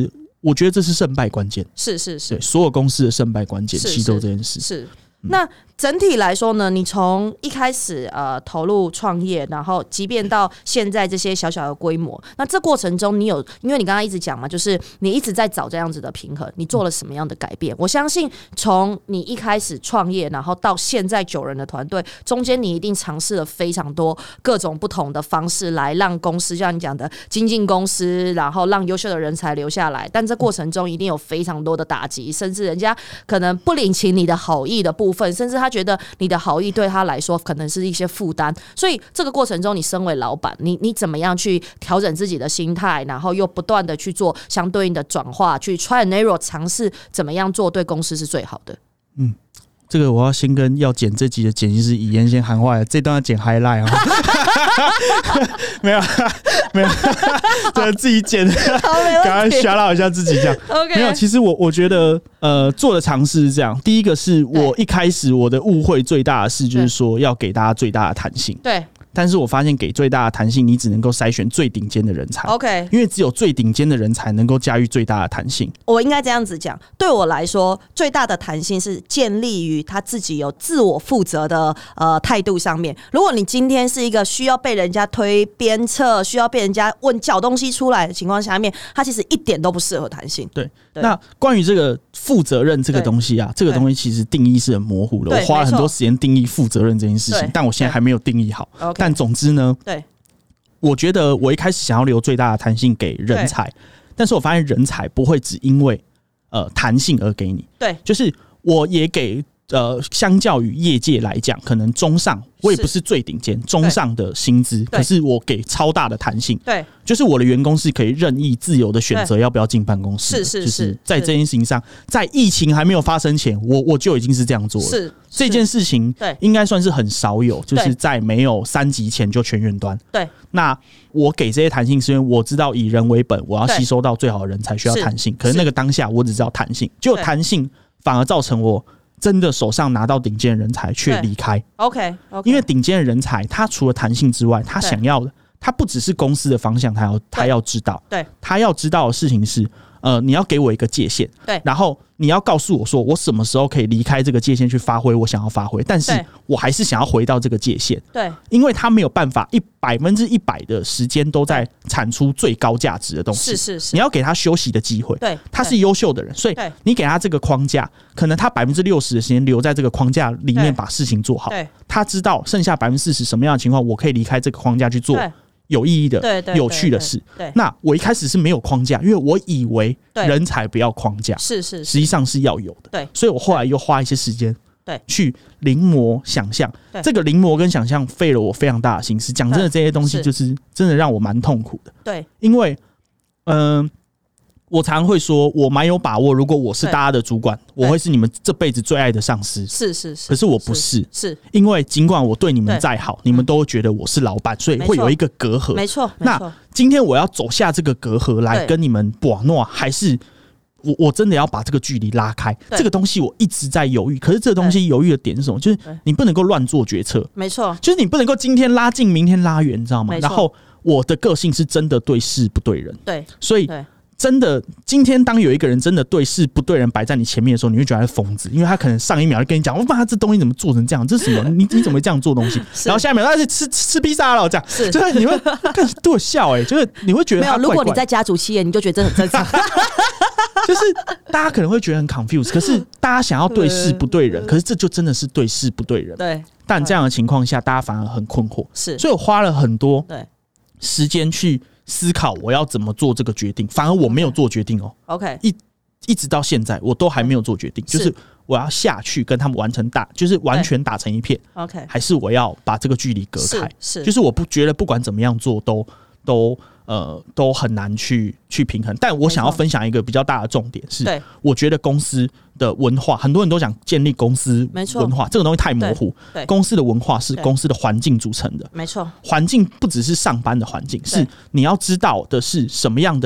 我觉得这是胜败关键。 是， 对，所有公司的胜败关键，其实都这件事是。那整体来说呢，你从一开始投入创业，然后即便到现在这些小小的规模，那这过程中因为你刚刚一直讲嘛，就是你一直在找这样子的平衡，你做了什么样的改变？我相信从你一开始创业，然后到现在9人的团队，中间你一定尝试了非常多各种不同的方式来让公司，就像你讲的精进公司，然后让优秀的人才留下来。但这过程中一定有非常多的打击，甚至人家可能不领情你的好意的部分，甚至他觉得你的好意对他来说可能是一些负担，所以这个过程中，你身为老板，你怎么样去调整自己的心态，然后又不断的去做相对应的转化，去 try and error 尝试怎么样做对公司是最好的。 这个我要先跟要剪这集的剪辑师以言先喊话，这段要剪 highlight 没有，这自己剪，赶快 shout out 一下自己这样。 Okay. 没有，其实我觉得做的尝试是这样。第一个是我一开始我的误会最大的事就是说要给大家最大的弹性。 对。 但是我发现给最大的弹性，你只能够筛选最顶尖的人才。 OK， 因为只有最顶尖的人才能够驾驭最大的弹性。 我应该这样子讲，对我来说，最大的弹性是建立于他自己有自我负责的态度上面。如果你今天是一个需要被人家推鞭策、需要被人家缴东西出来的情况下面，他其实一点都不适合弹性。 对。那关于这个负责任这个东西啊，这个东西其实定义是很模糊的。我花了很多时间定义负责任这件事情，但我现在还没有定义好。但总之呢，对，我觉得我一开始想要留最大的弹性给人才，但是我发现人才不会只因为弹性而给你。对，就是我也给相较于业界来讲，可能中上，我也不是最顶尖，中上的薪资，可是我给超大的弹性。对，就是我的员工是可以任意自由的选择要不要进办公室。是，就是在这件事情上，在疫情还没有发生前，我就已经是这样做了。是这件事情，应该算是很少有，就是在没有3级前就全远端。对，那我给这些弹性，是因为我知道以人为本，我要吸收到最好的人才需要弹性。可是那个当下，我只知道弹性，就弹性反而造成我真的手上拿到顶尖的人才却离开。OK， 因为顶尖的人才，他除了弹性之外，他想要的，他不只是公司的方向，他要知道，对，他要知道的事情是，你要给我一个界限，对，然后你要告诉我说，我什么时候可以离开这个界限去发挥我想要发挥，但是我还是想要回到这个界限，对，因为他没有办法100%的时间都在产出最高价值的东西，是，你要给他休息的机会，对，他是优秀的人，所以你给他这个框架，可能他60%的时间留在这个框架里面把事情做好，他知道剩下40%什么样的情况，我可以离开这个框架去做有意义的、有趣的事。那我一开始是没有框架，因为我以为人才不要框架，是，实际上是要有的。对，所以我后来又花一些时间，去临摹想象。这个临摹跟想象费了我非常大的心思。讲真的，这些东西就是真的让我蛮痛苦的。对，因为我常常会说，我蛮有把握，如果我是大家的主管，我会是你们这辈子最爱的上司。是。可是我不是，因为尽管我对你们再好，你们都会觉得我是老板，所以会有一个隔阂。没错。那今天我要走下这个隔阂来跟你们把诺，还是我真的要把这个距离拉开？这个东西我一直在犹豫。可是这个东西犹豫的点是什么？就是你不能够乱做决策。没错。就是你不能够今天拉近，明天拉远，你知道吗？然后我的个性是真的对事不对人。对，所以。真的，今天当有一个人真的对事不对人摆在你前面的时候，你会觉得他是疯子，因为他可能上一秒就跟你讲，我把他这东西怎么做成这样，这是什么？你怎么会这样做东西？然后下一秒他去吃披萨了，这样，就是你会对我笑就是你会觉得他怪怪。没有，如果你在家族企业，你就觉得这很正常。 就是大家可能会觉得很 confused， 可是大家想要对事不对人，可是这就真的是对事不对人。对，但这样的情况下，大家反而很困惑。是，所以我花了很多时间去思考我要怎么做这个决定，反而我没有做决定哦。OK， 一直到现在我都还没有做决定，就是我要下去跟他们就是完全打成一片。OK， 还是我要把这个距离隔开？是，就是我不觉得不管怎么样做都很难去平衡。但我想要分享一个比较大的重点是，我觉得公司的文化，很多人都想建立公司文化，这个东西太模糊。公司的文化是公司的环境组成的，没错。环境不只是上班的环境，是你要知道的是什么样的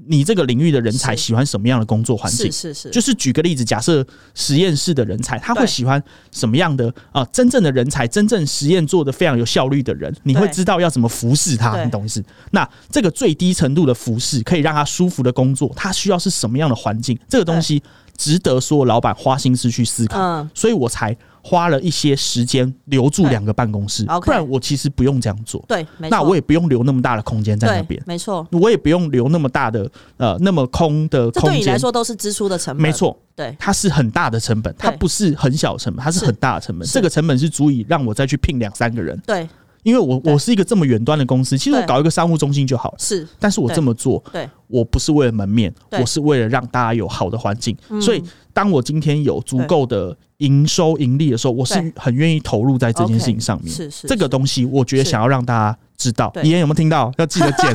你这个领域的人才喜欢什么样的工作环境。 是就是举个例子，假设实验室的人才他会喜欢什么样的真正的人才，真正实验做得非常有效率的人，你会知道要怎么服侍他，你懂意思？那这个最低程度的服侍可以让他舒服的工作，他需要是什么样的环境？这个东西值得所有老板花心思去思考，所以我才花了一些时间留住2个办公室，不然我其实不用这样做。 对， 那我也不用留那么大的空间在那边， 没错， 我也不用留那么大的那么空的空间，这对你来说都是支出的成本。 没错， 对， 它是很大的成本，它不是很小的成本，它是很大的成本。这个成本是足以让我再去聘2-3个人。 对。 因为我是一个这么远端的公司，其实我搞一个商务中心就好了。 是， 但是我这么做，我不是为了门面，我是为了让大家有好的环境。所以，当我今天有足够的营收盈利的时候，我是很愿意投入在这件事情上面。 是这个东西，我觉得想要让大家知道。怡妍有没有听到？要记得剪。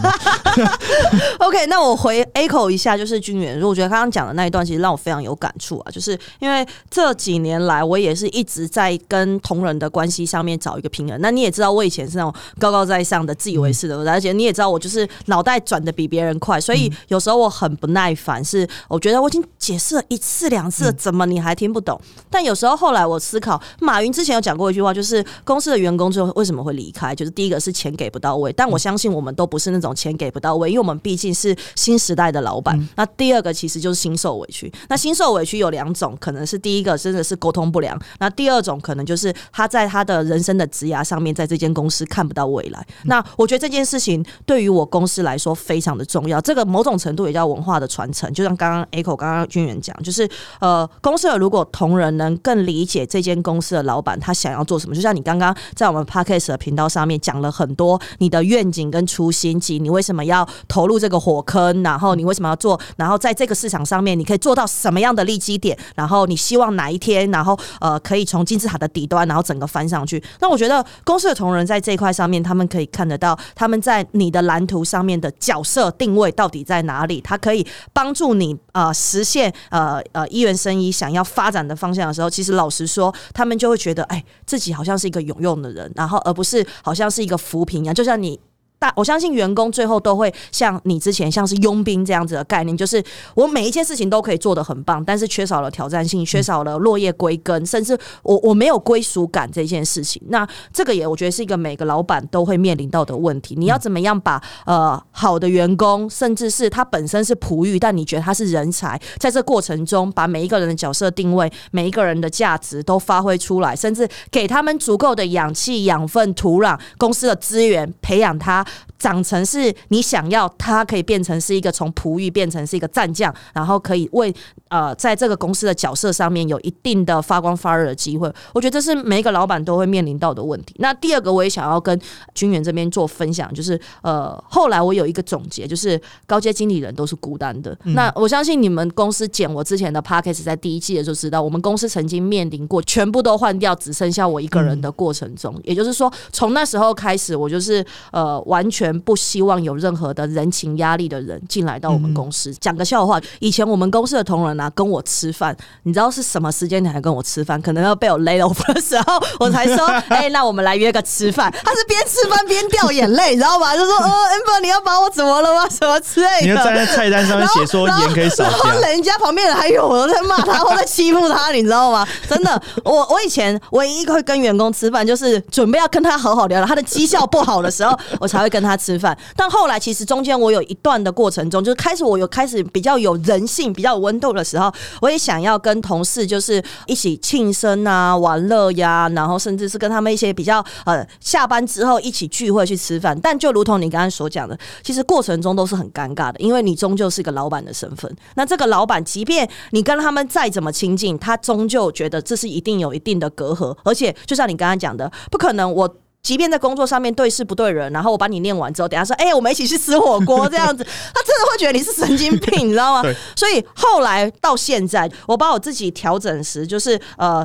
OK， 那我回 echo 一下，就是君元，我觉得刚刚讲的那一段其实让我非常有感触啊，就是因为这几年来，我也是一直在跟同仁的关系上面找一个平衡。那你也知道，我以前是那种高高在上的自以为是的，而且你也知道，我就是脑袋转的比别人快，所以有时候我很不耐烦，是我觉得我已经解释了1次2次了，怎么你还听不懂？但有时候后来我思考，马云之前有讲过一句话，就是公司的员工最后为什么会离开，就是第一个是钱给不到位，但我相信我们都不是那种钱给不到位，因为我们毕竟是新时代的老板。那第二个其实就是心受委屈。那心受委屈有2种，可能是第一个真的是沟通不良，那第二种可能就是他在他的人生的职涯上面，在这间公司看不到未来。那我觉得这件事情对于我公司来说非常的重要，这个某种程度也叫文化的传承。就像刚刚君元讲，就是公司的如果同仁能更理解这间公司的老板他想要做什么，就像你刚刚在我们 Podcast 的频道上面讲了很多你的愿景跟初心及你为什么要投入这个火坑，然后你为什么要做，然后在这个市场上面你可以做到什么样的利基点，然后你希望哪一天然后可以从金字塔的底端然后整个翻上去。那我觉得公司的同仁在这一块上面他们可以看得到他们在你的蓝图上面的角色定位到底在哪里，他可以帮助你实现一元生意想要发展的方向的时候，其实老实说他们就会觉得自己好像是一个有用的人，然后而不是好像是一个浮萍一样。就像我相信员工最后都会像你之前像是佣兵这样子的概念，就是我每一件事情都可以做得很棒，但是缺少了挑战性，缺少了落叶归根，甚至我没有归属感这件事情。那这个也我觉得是一个每个老板都会面临到的问题。你要怎么样把好的员工，甚至是他本身是璞玉，但你觉得他是人才，在这过程中把每一个人的角色定位，每一个人的价值都发挥出来，甚至给他们足够的氧气、养分、土壤、公司的资源，培养他长成是你想要他可以变成是一个从璞玉变成是一个战将，然后可以为在这个公司的角色上面有一定的发光发热的机会。我觉得这是每一个老板都会面临到的问题。那第二个我也想要跟君元这边做分享，就是后来我有一个总结，就是高阶经理人都是孤单的。那我相信你们公司剪我之前的 Podcast 在第1季的就知道，我们公司曾经面临过全部都换掉只剩下我一个人的过程中，也就是说从那时候开始我就是完全不希望有任何的人情压力的人进来到我们公司。讲个笑话，以前我们公司的同仁跟我吃饭，你知道是什么时间才跟我吃饭？可能要被我 lay off 的时候，我才说那我们来约个吃饭。他是边吃饭边掉眼泪，你知道吗？就说Amber 你要把我怎么了吗？什么之类的。 你要站在菜单上面写说盐可以少加， 然后人家旁边人还有我在骂他或在欺负他，你知道吗？真的，我以前唯一会跟员工吃饭，就是准备要跟他好好聊聊，他的绩效不好的时候，我才会跟他吃饭。但后来其实中间我有一段的过程中，就是我有开始比较有人性、比较有温度的时候，我也想要跟同事就是一起庆生啊、玩乐呀，然后甚至是跟他们一些比较下班之后一起聚会去吃饭。但就如同你刚才所讲的，其实过程中都是很尴尬的，因为你终究是个老板的身份。那这个老板，即便你跟他们再怎么亲近，他终究觉得这是一定有一定的隔阂，而且就像你刚才讲的，不可能我即便在工作上面对事不对人，然后我把你念完之后，等一下说我们一起去吃火锅这样子，他真的会觉得你是神经病，你知道吗？所以后来到现在，我把我自己调整时，就是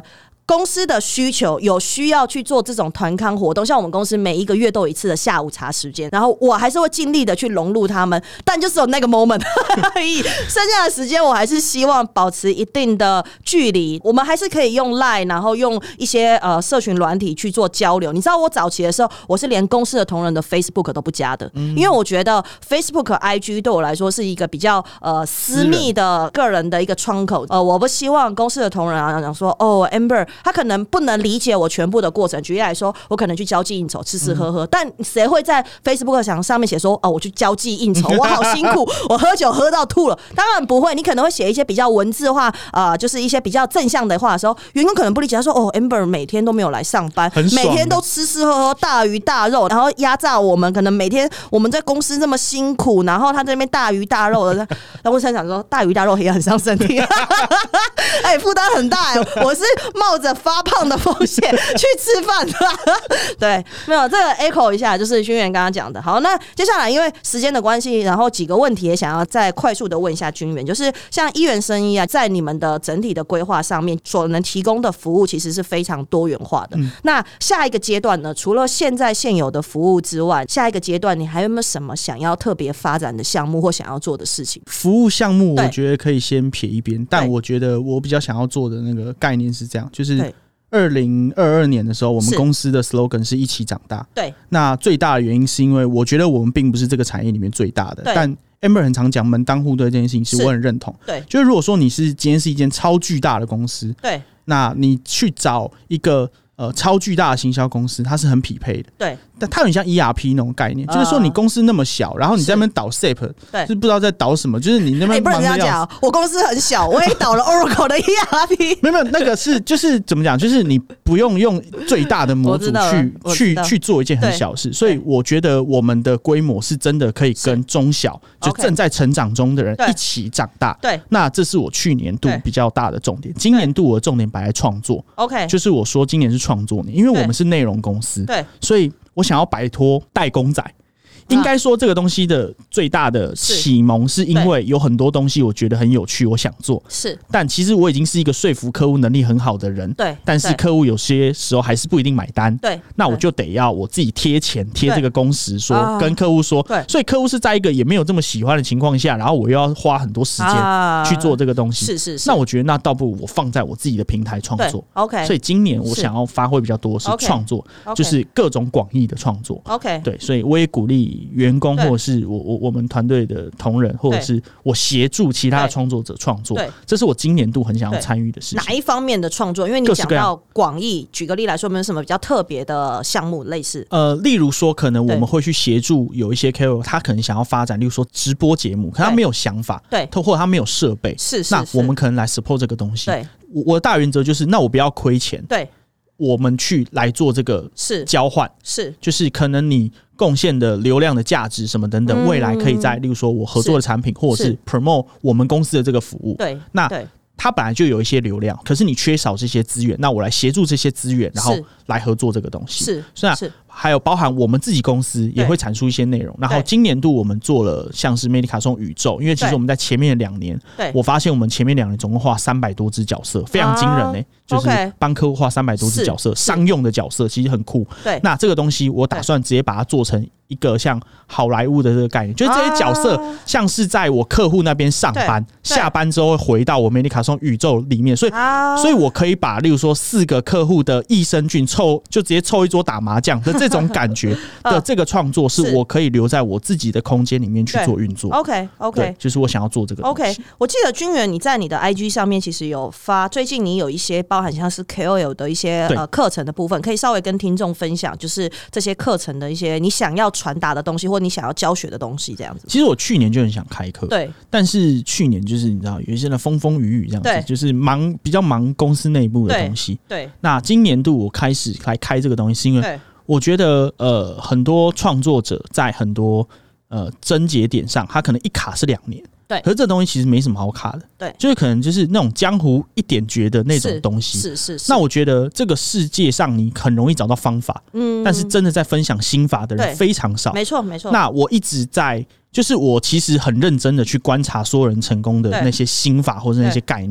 公司的需求有需要去做这种团康活动，像我们公司每一个月都有一次的下午茶时间，然后我还是会尽力的去融入他们，但就是有那个 moment 而已，剩下的时间我还是希望保持一定的距离，我们还是可以用 LINE， 然后用一些社群软体去做交流。你知道我早期的时候，我是连公司的同仁的 Facebook 都不加的，因为我觉得 Facebook、IG 对我来说是一个比较私密的个人的一个窗口。我不希望公司的同仁讲说Amber 他可能不能理解我全部的过程。举例来说，我可能去交际应酬，吃吃喝喝，但谁会在 Facebook 上面写说我去交际应酬，我好辛苦，我喝酒喝到吐了？当然不会，你可能会写一些比较文字化，就是一些比较正向的话的时候，员工可能不理解，他说Amber 每天都没有来上班，每天都吃吃喝喝，大鱼大肉，然后压榨我们，可能每天我们在公司这么辛苦，然后他这边大鱼大肉的，然后我想说大鱼大肉也很伤身体，负担很大我是冒着发胖的风险去吃饭的对，没有这个 echo 一下，就是君元刚刚讲的。好，那接下来因为时间的关系，然后几个问题也想要再快速的问一下君元，就是像一元生医在你们的整体的规划上面所能提供的服务其实是非常多元化的。那下一个阶段呢，除了现有的服务之外，下一个阶段你还有没有什么想要特别发展的项目或想要做的事情？ 服务项目我觉得可以先撇一边，但我觉得我比较想要做的那个概念是这样，就是2022年的时候，我们公司的 slogan 是一起长大。对，那最大的原因是因为我觉得我们并不是这个产业里面最大的，但 Amber 很常讲门当户对这件事情，是我很认同。对，就是如果说你是今天是一间超巨大的公司，对，那你去找一个超巨大的行销公司，它是很匹配的。对，但它很像 ERP 那种概念，就是说你公司那么小，然后你在那边导 SAP， 就是不知道在导什么，就是你那边不能这样讲，我公司很小，我也导了 Oracle 的 ERP。 没有，那个是就是怎么讲，就是你不用最大的模组去做一件很小事，所以我觉得我们的规模是真的可以跟中小就正在成长中的人一起长大。对，那这是我去年度比较大的重点，今年度我的重点摆在创作。OK， 就是我说今年是创作年，因为我们是内容公司，对，所以我想要摆脱代工仔。应该说这个东西的最大的启蒙是因为有很多东西我觉得很有趣，我想做，是，但其实我已经是一个说服客户能力很好的人，对，但是客户有些时候还是不一定买单，对，那我就得要我自己贴钱贴这个工时，说跟客户说，对，所以客户是在一个也没有这么喜欢的情况下，然后我又要花很多时间去做这个东西，是，那我觉得那倒不如我放在我自己的平台创作 ，OK， 所以今年我想要发挥比较多是创作，就是各种广义的创作 ，OK， 对，所以我也鼓励员工或者是我们团队的同仁，或者是我协助其他的创作者创作，这是我今年度很想要参与的事情。 哪一方面的创作？因为你讲到广义，举个例来说，有没有什么比较特别的项目类似？ 例如说，可能我们会去协助有一些 KOL， 他可能想要发展，例如说直播节目，可他没有想法，对，或者他没有设备，是，那我们可能来 support 这个东西。对，我的大原则就是，那我不要亏钱，对。我们去来做这个交换，是就是可能你贡献的流量的价值什么等等，未来可以在例如说我合作的产品，或者是 promote 我们公司的这个服务，对，那它本来就有一些流量，可是你缺少这些资源，那我来协助这些资源，然后来合作这个东西，是，还有包含我们自己公司也会产出一些内容。然后今年度我们做了像是 Medica 送宇宙，因为其实我们在前面的2年，我发现我们前面2年总共画300多只角色，非常惊人欸，就是帮客户画300多只角色，商用的角色其实很酷。对，那这个东西我打算直接把它做成一个像好莱坞的这个概念，就是这些角色像是在我客户那边上班，下班之后会回到我 Medica 送宇宙里面，所以我可以把例如说4个客户的益生菌就直接凑一桌打麻将的这种感觉的这个创作，是我可以留在我自己的空间里面去做运作。OK， 对，就是我想要做这个东西。 OK， 我记得君元你在你的 IG 上面其实有发，最近你有一些包含像是 KOL 的一些课程的部分，可以稍微跟听众分享，就是这些课程的一些你想要传达的东西，或你想要教学的东西，这样子。 其实我去年就很想开课，对，但是去年就是你知道有一些的风风雨雨这样子，就是比较忙公司内部的东西。对，那今年度我开始来开这个东西，是因为我觉得很多创作者在很多症结点上，他可能一卡是2年。对，可是这东西其实没什么好卡的，对，就是可能就是那种江湖一点诀的那种东西，是。那我觉得这个世界上你很容易找到方法，但是真的在分享心法的人非常少，没错。那我一直在，就是我其实很认真的去观察所有人成功的那些心法或者那些概念，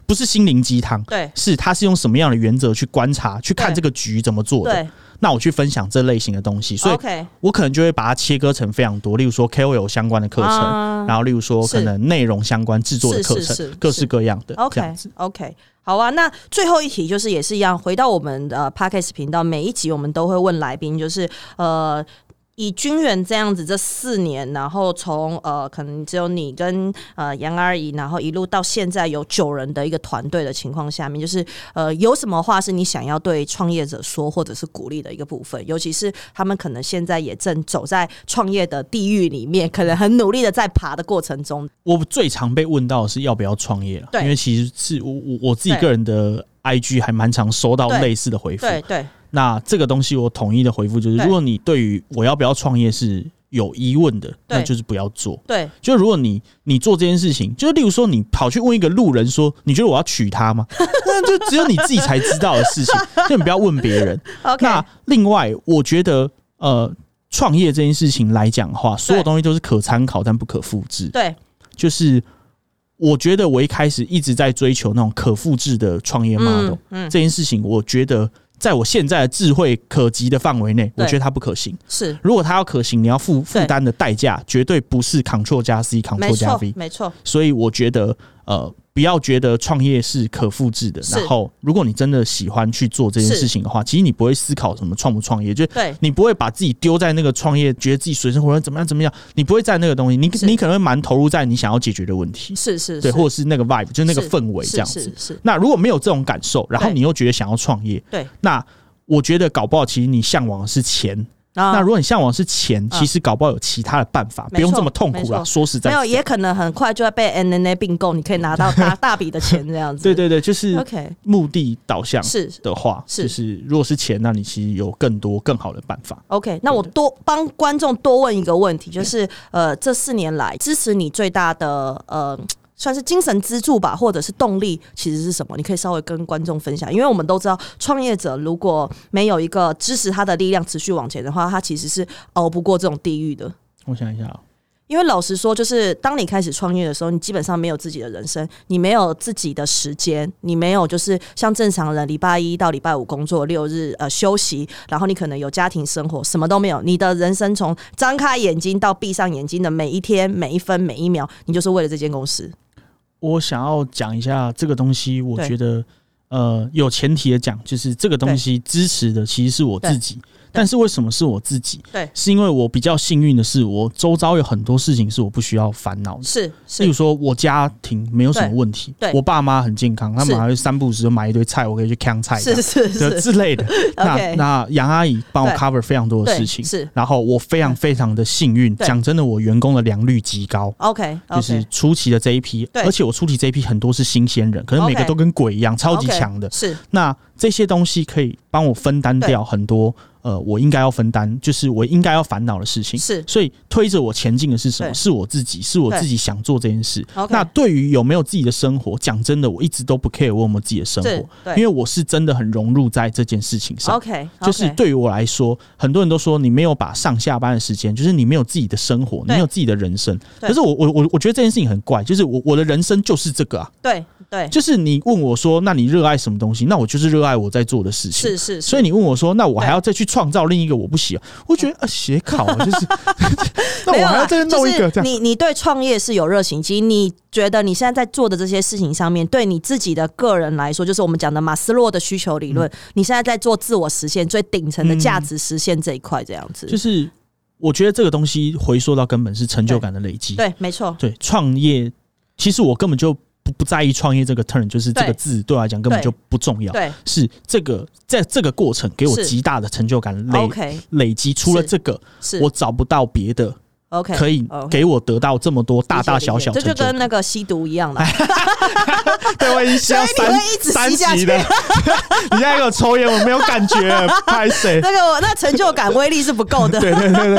不是心灵鸡汤， 对， 是他是用什么样的原则去观察，去看这个局怎么做的。 对， 那我去分享这类型的东西，所以我可能就会把它切割成非常多，例如说 KOL 相关的课程，然后例如说可能内容相关制作的课程，各式各样的。 OK， 好啊。那最后一题就是也是一样，回到我们的 Podcast 频道，每一集我们都会问来宾，就是以军援这样子这4年，然后从可能只有你跟杨阿姨，然后一路到现在有9人的一个团队的情况下面，就是有什么话是你想要对创业者说，或者是鼓励的一个部分，尤其是他们可能现在也正走在创业的地狱里面，可能很努力的在爬的过程中。 我最常被问到的是要不要创业了，因为其实是我自己个人的 IG 还蛮常收到类似的回复。 对。 那这个东西我统一的回复就是，如果你对于我要不要创业是有疑问的，那就是不要做。对，就如果你做这件事情，就是例如说你跑去问一个路人说，你觉得我要娶她吗？那就只有你自己才知道的事情，就你不要问别人。那另外，我觉得创业这件事情来讲的话，所有东西都是可参考但不可复制。对，就是我觉得我一开始一直在追求那种可复制的创业 model，这件事情我觉得在我现在的智慧可及的范围内，我觉得它不可行。是，如果它要可行，你要负担的代价绝对不是 Ctrl 加 C、Ctrl 加 V， 没错。所以我觉得不要觉得创业是可复制的。然后，如果你真的喜欢去做这件事情的话，其实你不会思考什么创不创业，就你不会把自己丢在那个创业，觉得自己水深火热怎么样，你不会在那个东西，你可能会蛮投入在你想要解决的问题，对，或者是那个 vibe， 就是那个氛围这样子。那如果没有这种感受，然后你又觉得想要创业，对，那我觉得搞不好其实你向往的是钱。那如果你向往是钱，其实搞不好有其他的办法，不用这么痛苦啦。说实在，没有， 也可能很快就会被 NNA 并购，你可以拿到大笔的钱这样子。 对，就是目的导向的话，就是如果是钱，那你其实有更多更好的办法。OK， 那我多帮观众多问一个问题，就是这4年来支持你最大的算是精神支柱吧，或者是动力，其实是什么？你可以稍微跟观众分享，因为我们都知道，创业者如果没有一个支持他的力量持续往前的话，他其实是熬不过这种地狱的。 我想一下因为老实说，就是当你开始创业的时候，你基本上没有自己的人生，你没有自己的时间，你没有就是像正常人礼拜1到礼拜5工作，6日休息，然后你可能有家庭生活，什么都没有。你的人生从张开眼睛到闭上眼睛的每一天、每一分、每一秒，你就是为了这间公司。 我想要讲一下这个东西，我觉得有前提的讲，就是这个东西支持的其实是我自己。但是为什么是我自己？对，是因为我比较幸运的是，我周遭有很多事情是我不需要烦恼的。是，例如说我家庭没有什么问题，我爸妈很健康，他们还会3不5时就买一堆菜，我可以去扛菜，是之类的。那杨阿姨帮我 cover 非常多的事情，是。然后我非常非常的幸运，讲真的，我员工的良率极高。OK， 就是初期的这一批，而且我初期这一批很多是新鲜人，可能每个都跟鬼一样，超级强的。是，那这些东西可以帮我分担掉很多。我应该要分担，就是我应该要烦恼的事情。是，所以推着我前进的是什么？是我自己，是我自己想做这件事。那对于有没有自己的生活，讲真的，我一直都不 care 我有没有自己的生活，因为我是真的很融入在这件事情上。就是对于我来说，很多人都说你没有把上下班的时间，就是你没有自己的生活，你没有自己的人生。可是我觉得这件事情很怪，就是我的人生就是这个啊。对，就是你问我说，那你热爱什么东西？那我就是热爱我在做的事情。是，所以你问我说，那我还要再去创造另一个我不喜欢，我觉得写考就是那我还要再弄一个这样。 你对创业是有热情，其实你觉得你现在在做的这些事情上面，对你自己的个人来说，就是我们讲的马斯洛的需求理论，你现在在做自我实现最顶层的价值实现这一块，这样子。 就是我觉得这个东西回溯到根本是成就感的累积。 对，没错。 对，创业其实我根本就不在意创业这个 term， 就是这个字对我来讲根本就不重要。对，是这个在这个过程给我极大的成就感累积。除了这个，我找不到别的。可以给我得到这么多大大小小成就感， 这就跟那个吸毒一样的。 对，我已经吸到3级了。你现在给我抽烟，我没有感觉了，拍谁？ 那成就感威力是不够的。 对。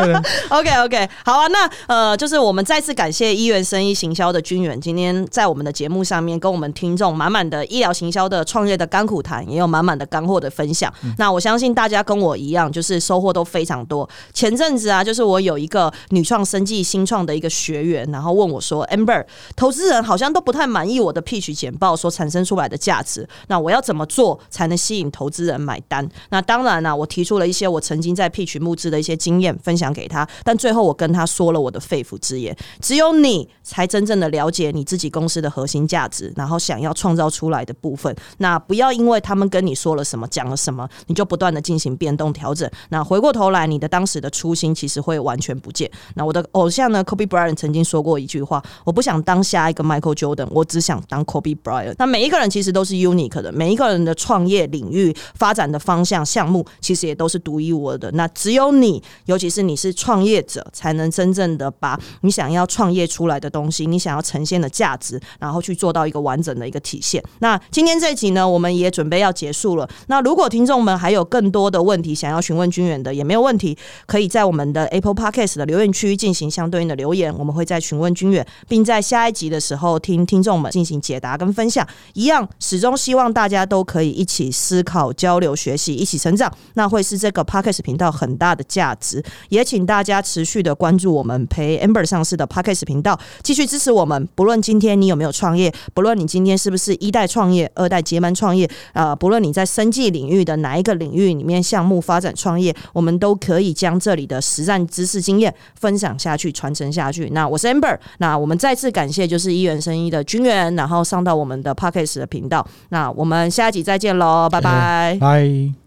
OK， 好啊。那就是我们再次感谢医院生医行销的军远，今天在我们的节目上面跟我们听众满满的医疗行销的创业的甘苦谈，也有满满的干货的分享。那我相信大家跟我一样，就是收获都非常多。前阵子啊，就是我有一个女创上生技新创的一个学员，然后问我说 Amber 投资人好像都不太满意我的 pitch 简报所产生出来的价值，那我要怎么做才能吸引投资人买单？那当然我提出了一些我曾经在 pitch 募资的一些经验分享给他，但最后我跟他说了我的肺腑之言，只有你才真正的了解你自己公司的核心价值，然后想要创造出来的部分，那不要因为他们跟你说了什么讲了什么，你就不断的进行变动调整，那回过头来你的当时的初心其实会完全不见。那我的偶像呢 Kobe Bryant 曾经说过一句话，我不想当下一个 Michael Jordan， 我只想当 Kobe Bryant。那每一个人其实都是 unique 的，每一个人的创业领域发展的方向项目其实也都是独一无二的，那只有你，尤其是你是创业者，才能真正的把你想要创业出来的东西，你想要呈现的价值，然后去做到一个完整的一个体现。那今天这一集呢，我们也准备要结束了，那如果听众们还有更多的问题想要询问军远的，也没有问题，可以在我们的 Apple Podcast 的留言区进行相对应的留言，我们会再询问军远，并在下一集的时候听听众们进行解答跟分享。一样始终希望大家都可以一起思考、交流、学习，一起成长，那会是这个 Podcast 频道很大的价值。也请大家持续的关注我们陪 Amber 上市的 Podcast 频道，继续支持我们。不论今天你有没有创业，不论你今天是不是一代创业、二代接班创业，不论你在生技领域的哪一个领域里面项目发展创业，我们都可以将这里的实战知识经验分享下去、传承下去。那我是 Amber， 那我们再次感谢就是一元生医的军远，然后上到我们的 Podcast 的频道。那我们下一集再见喽，拜拜， 拜。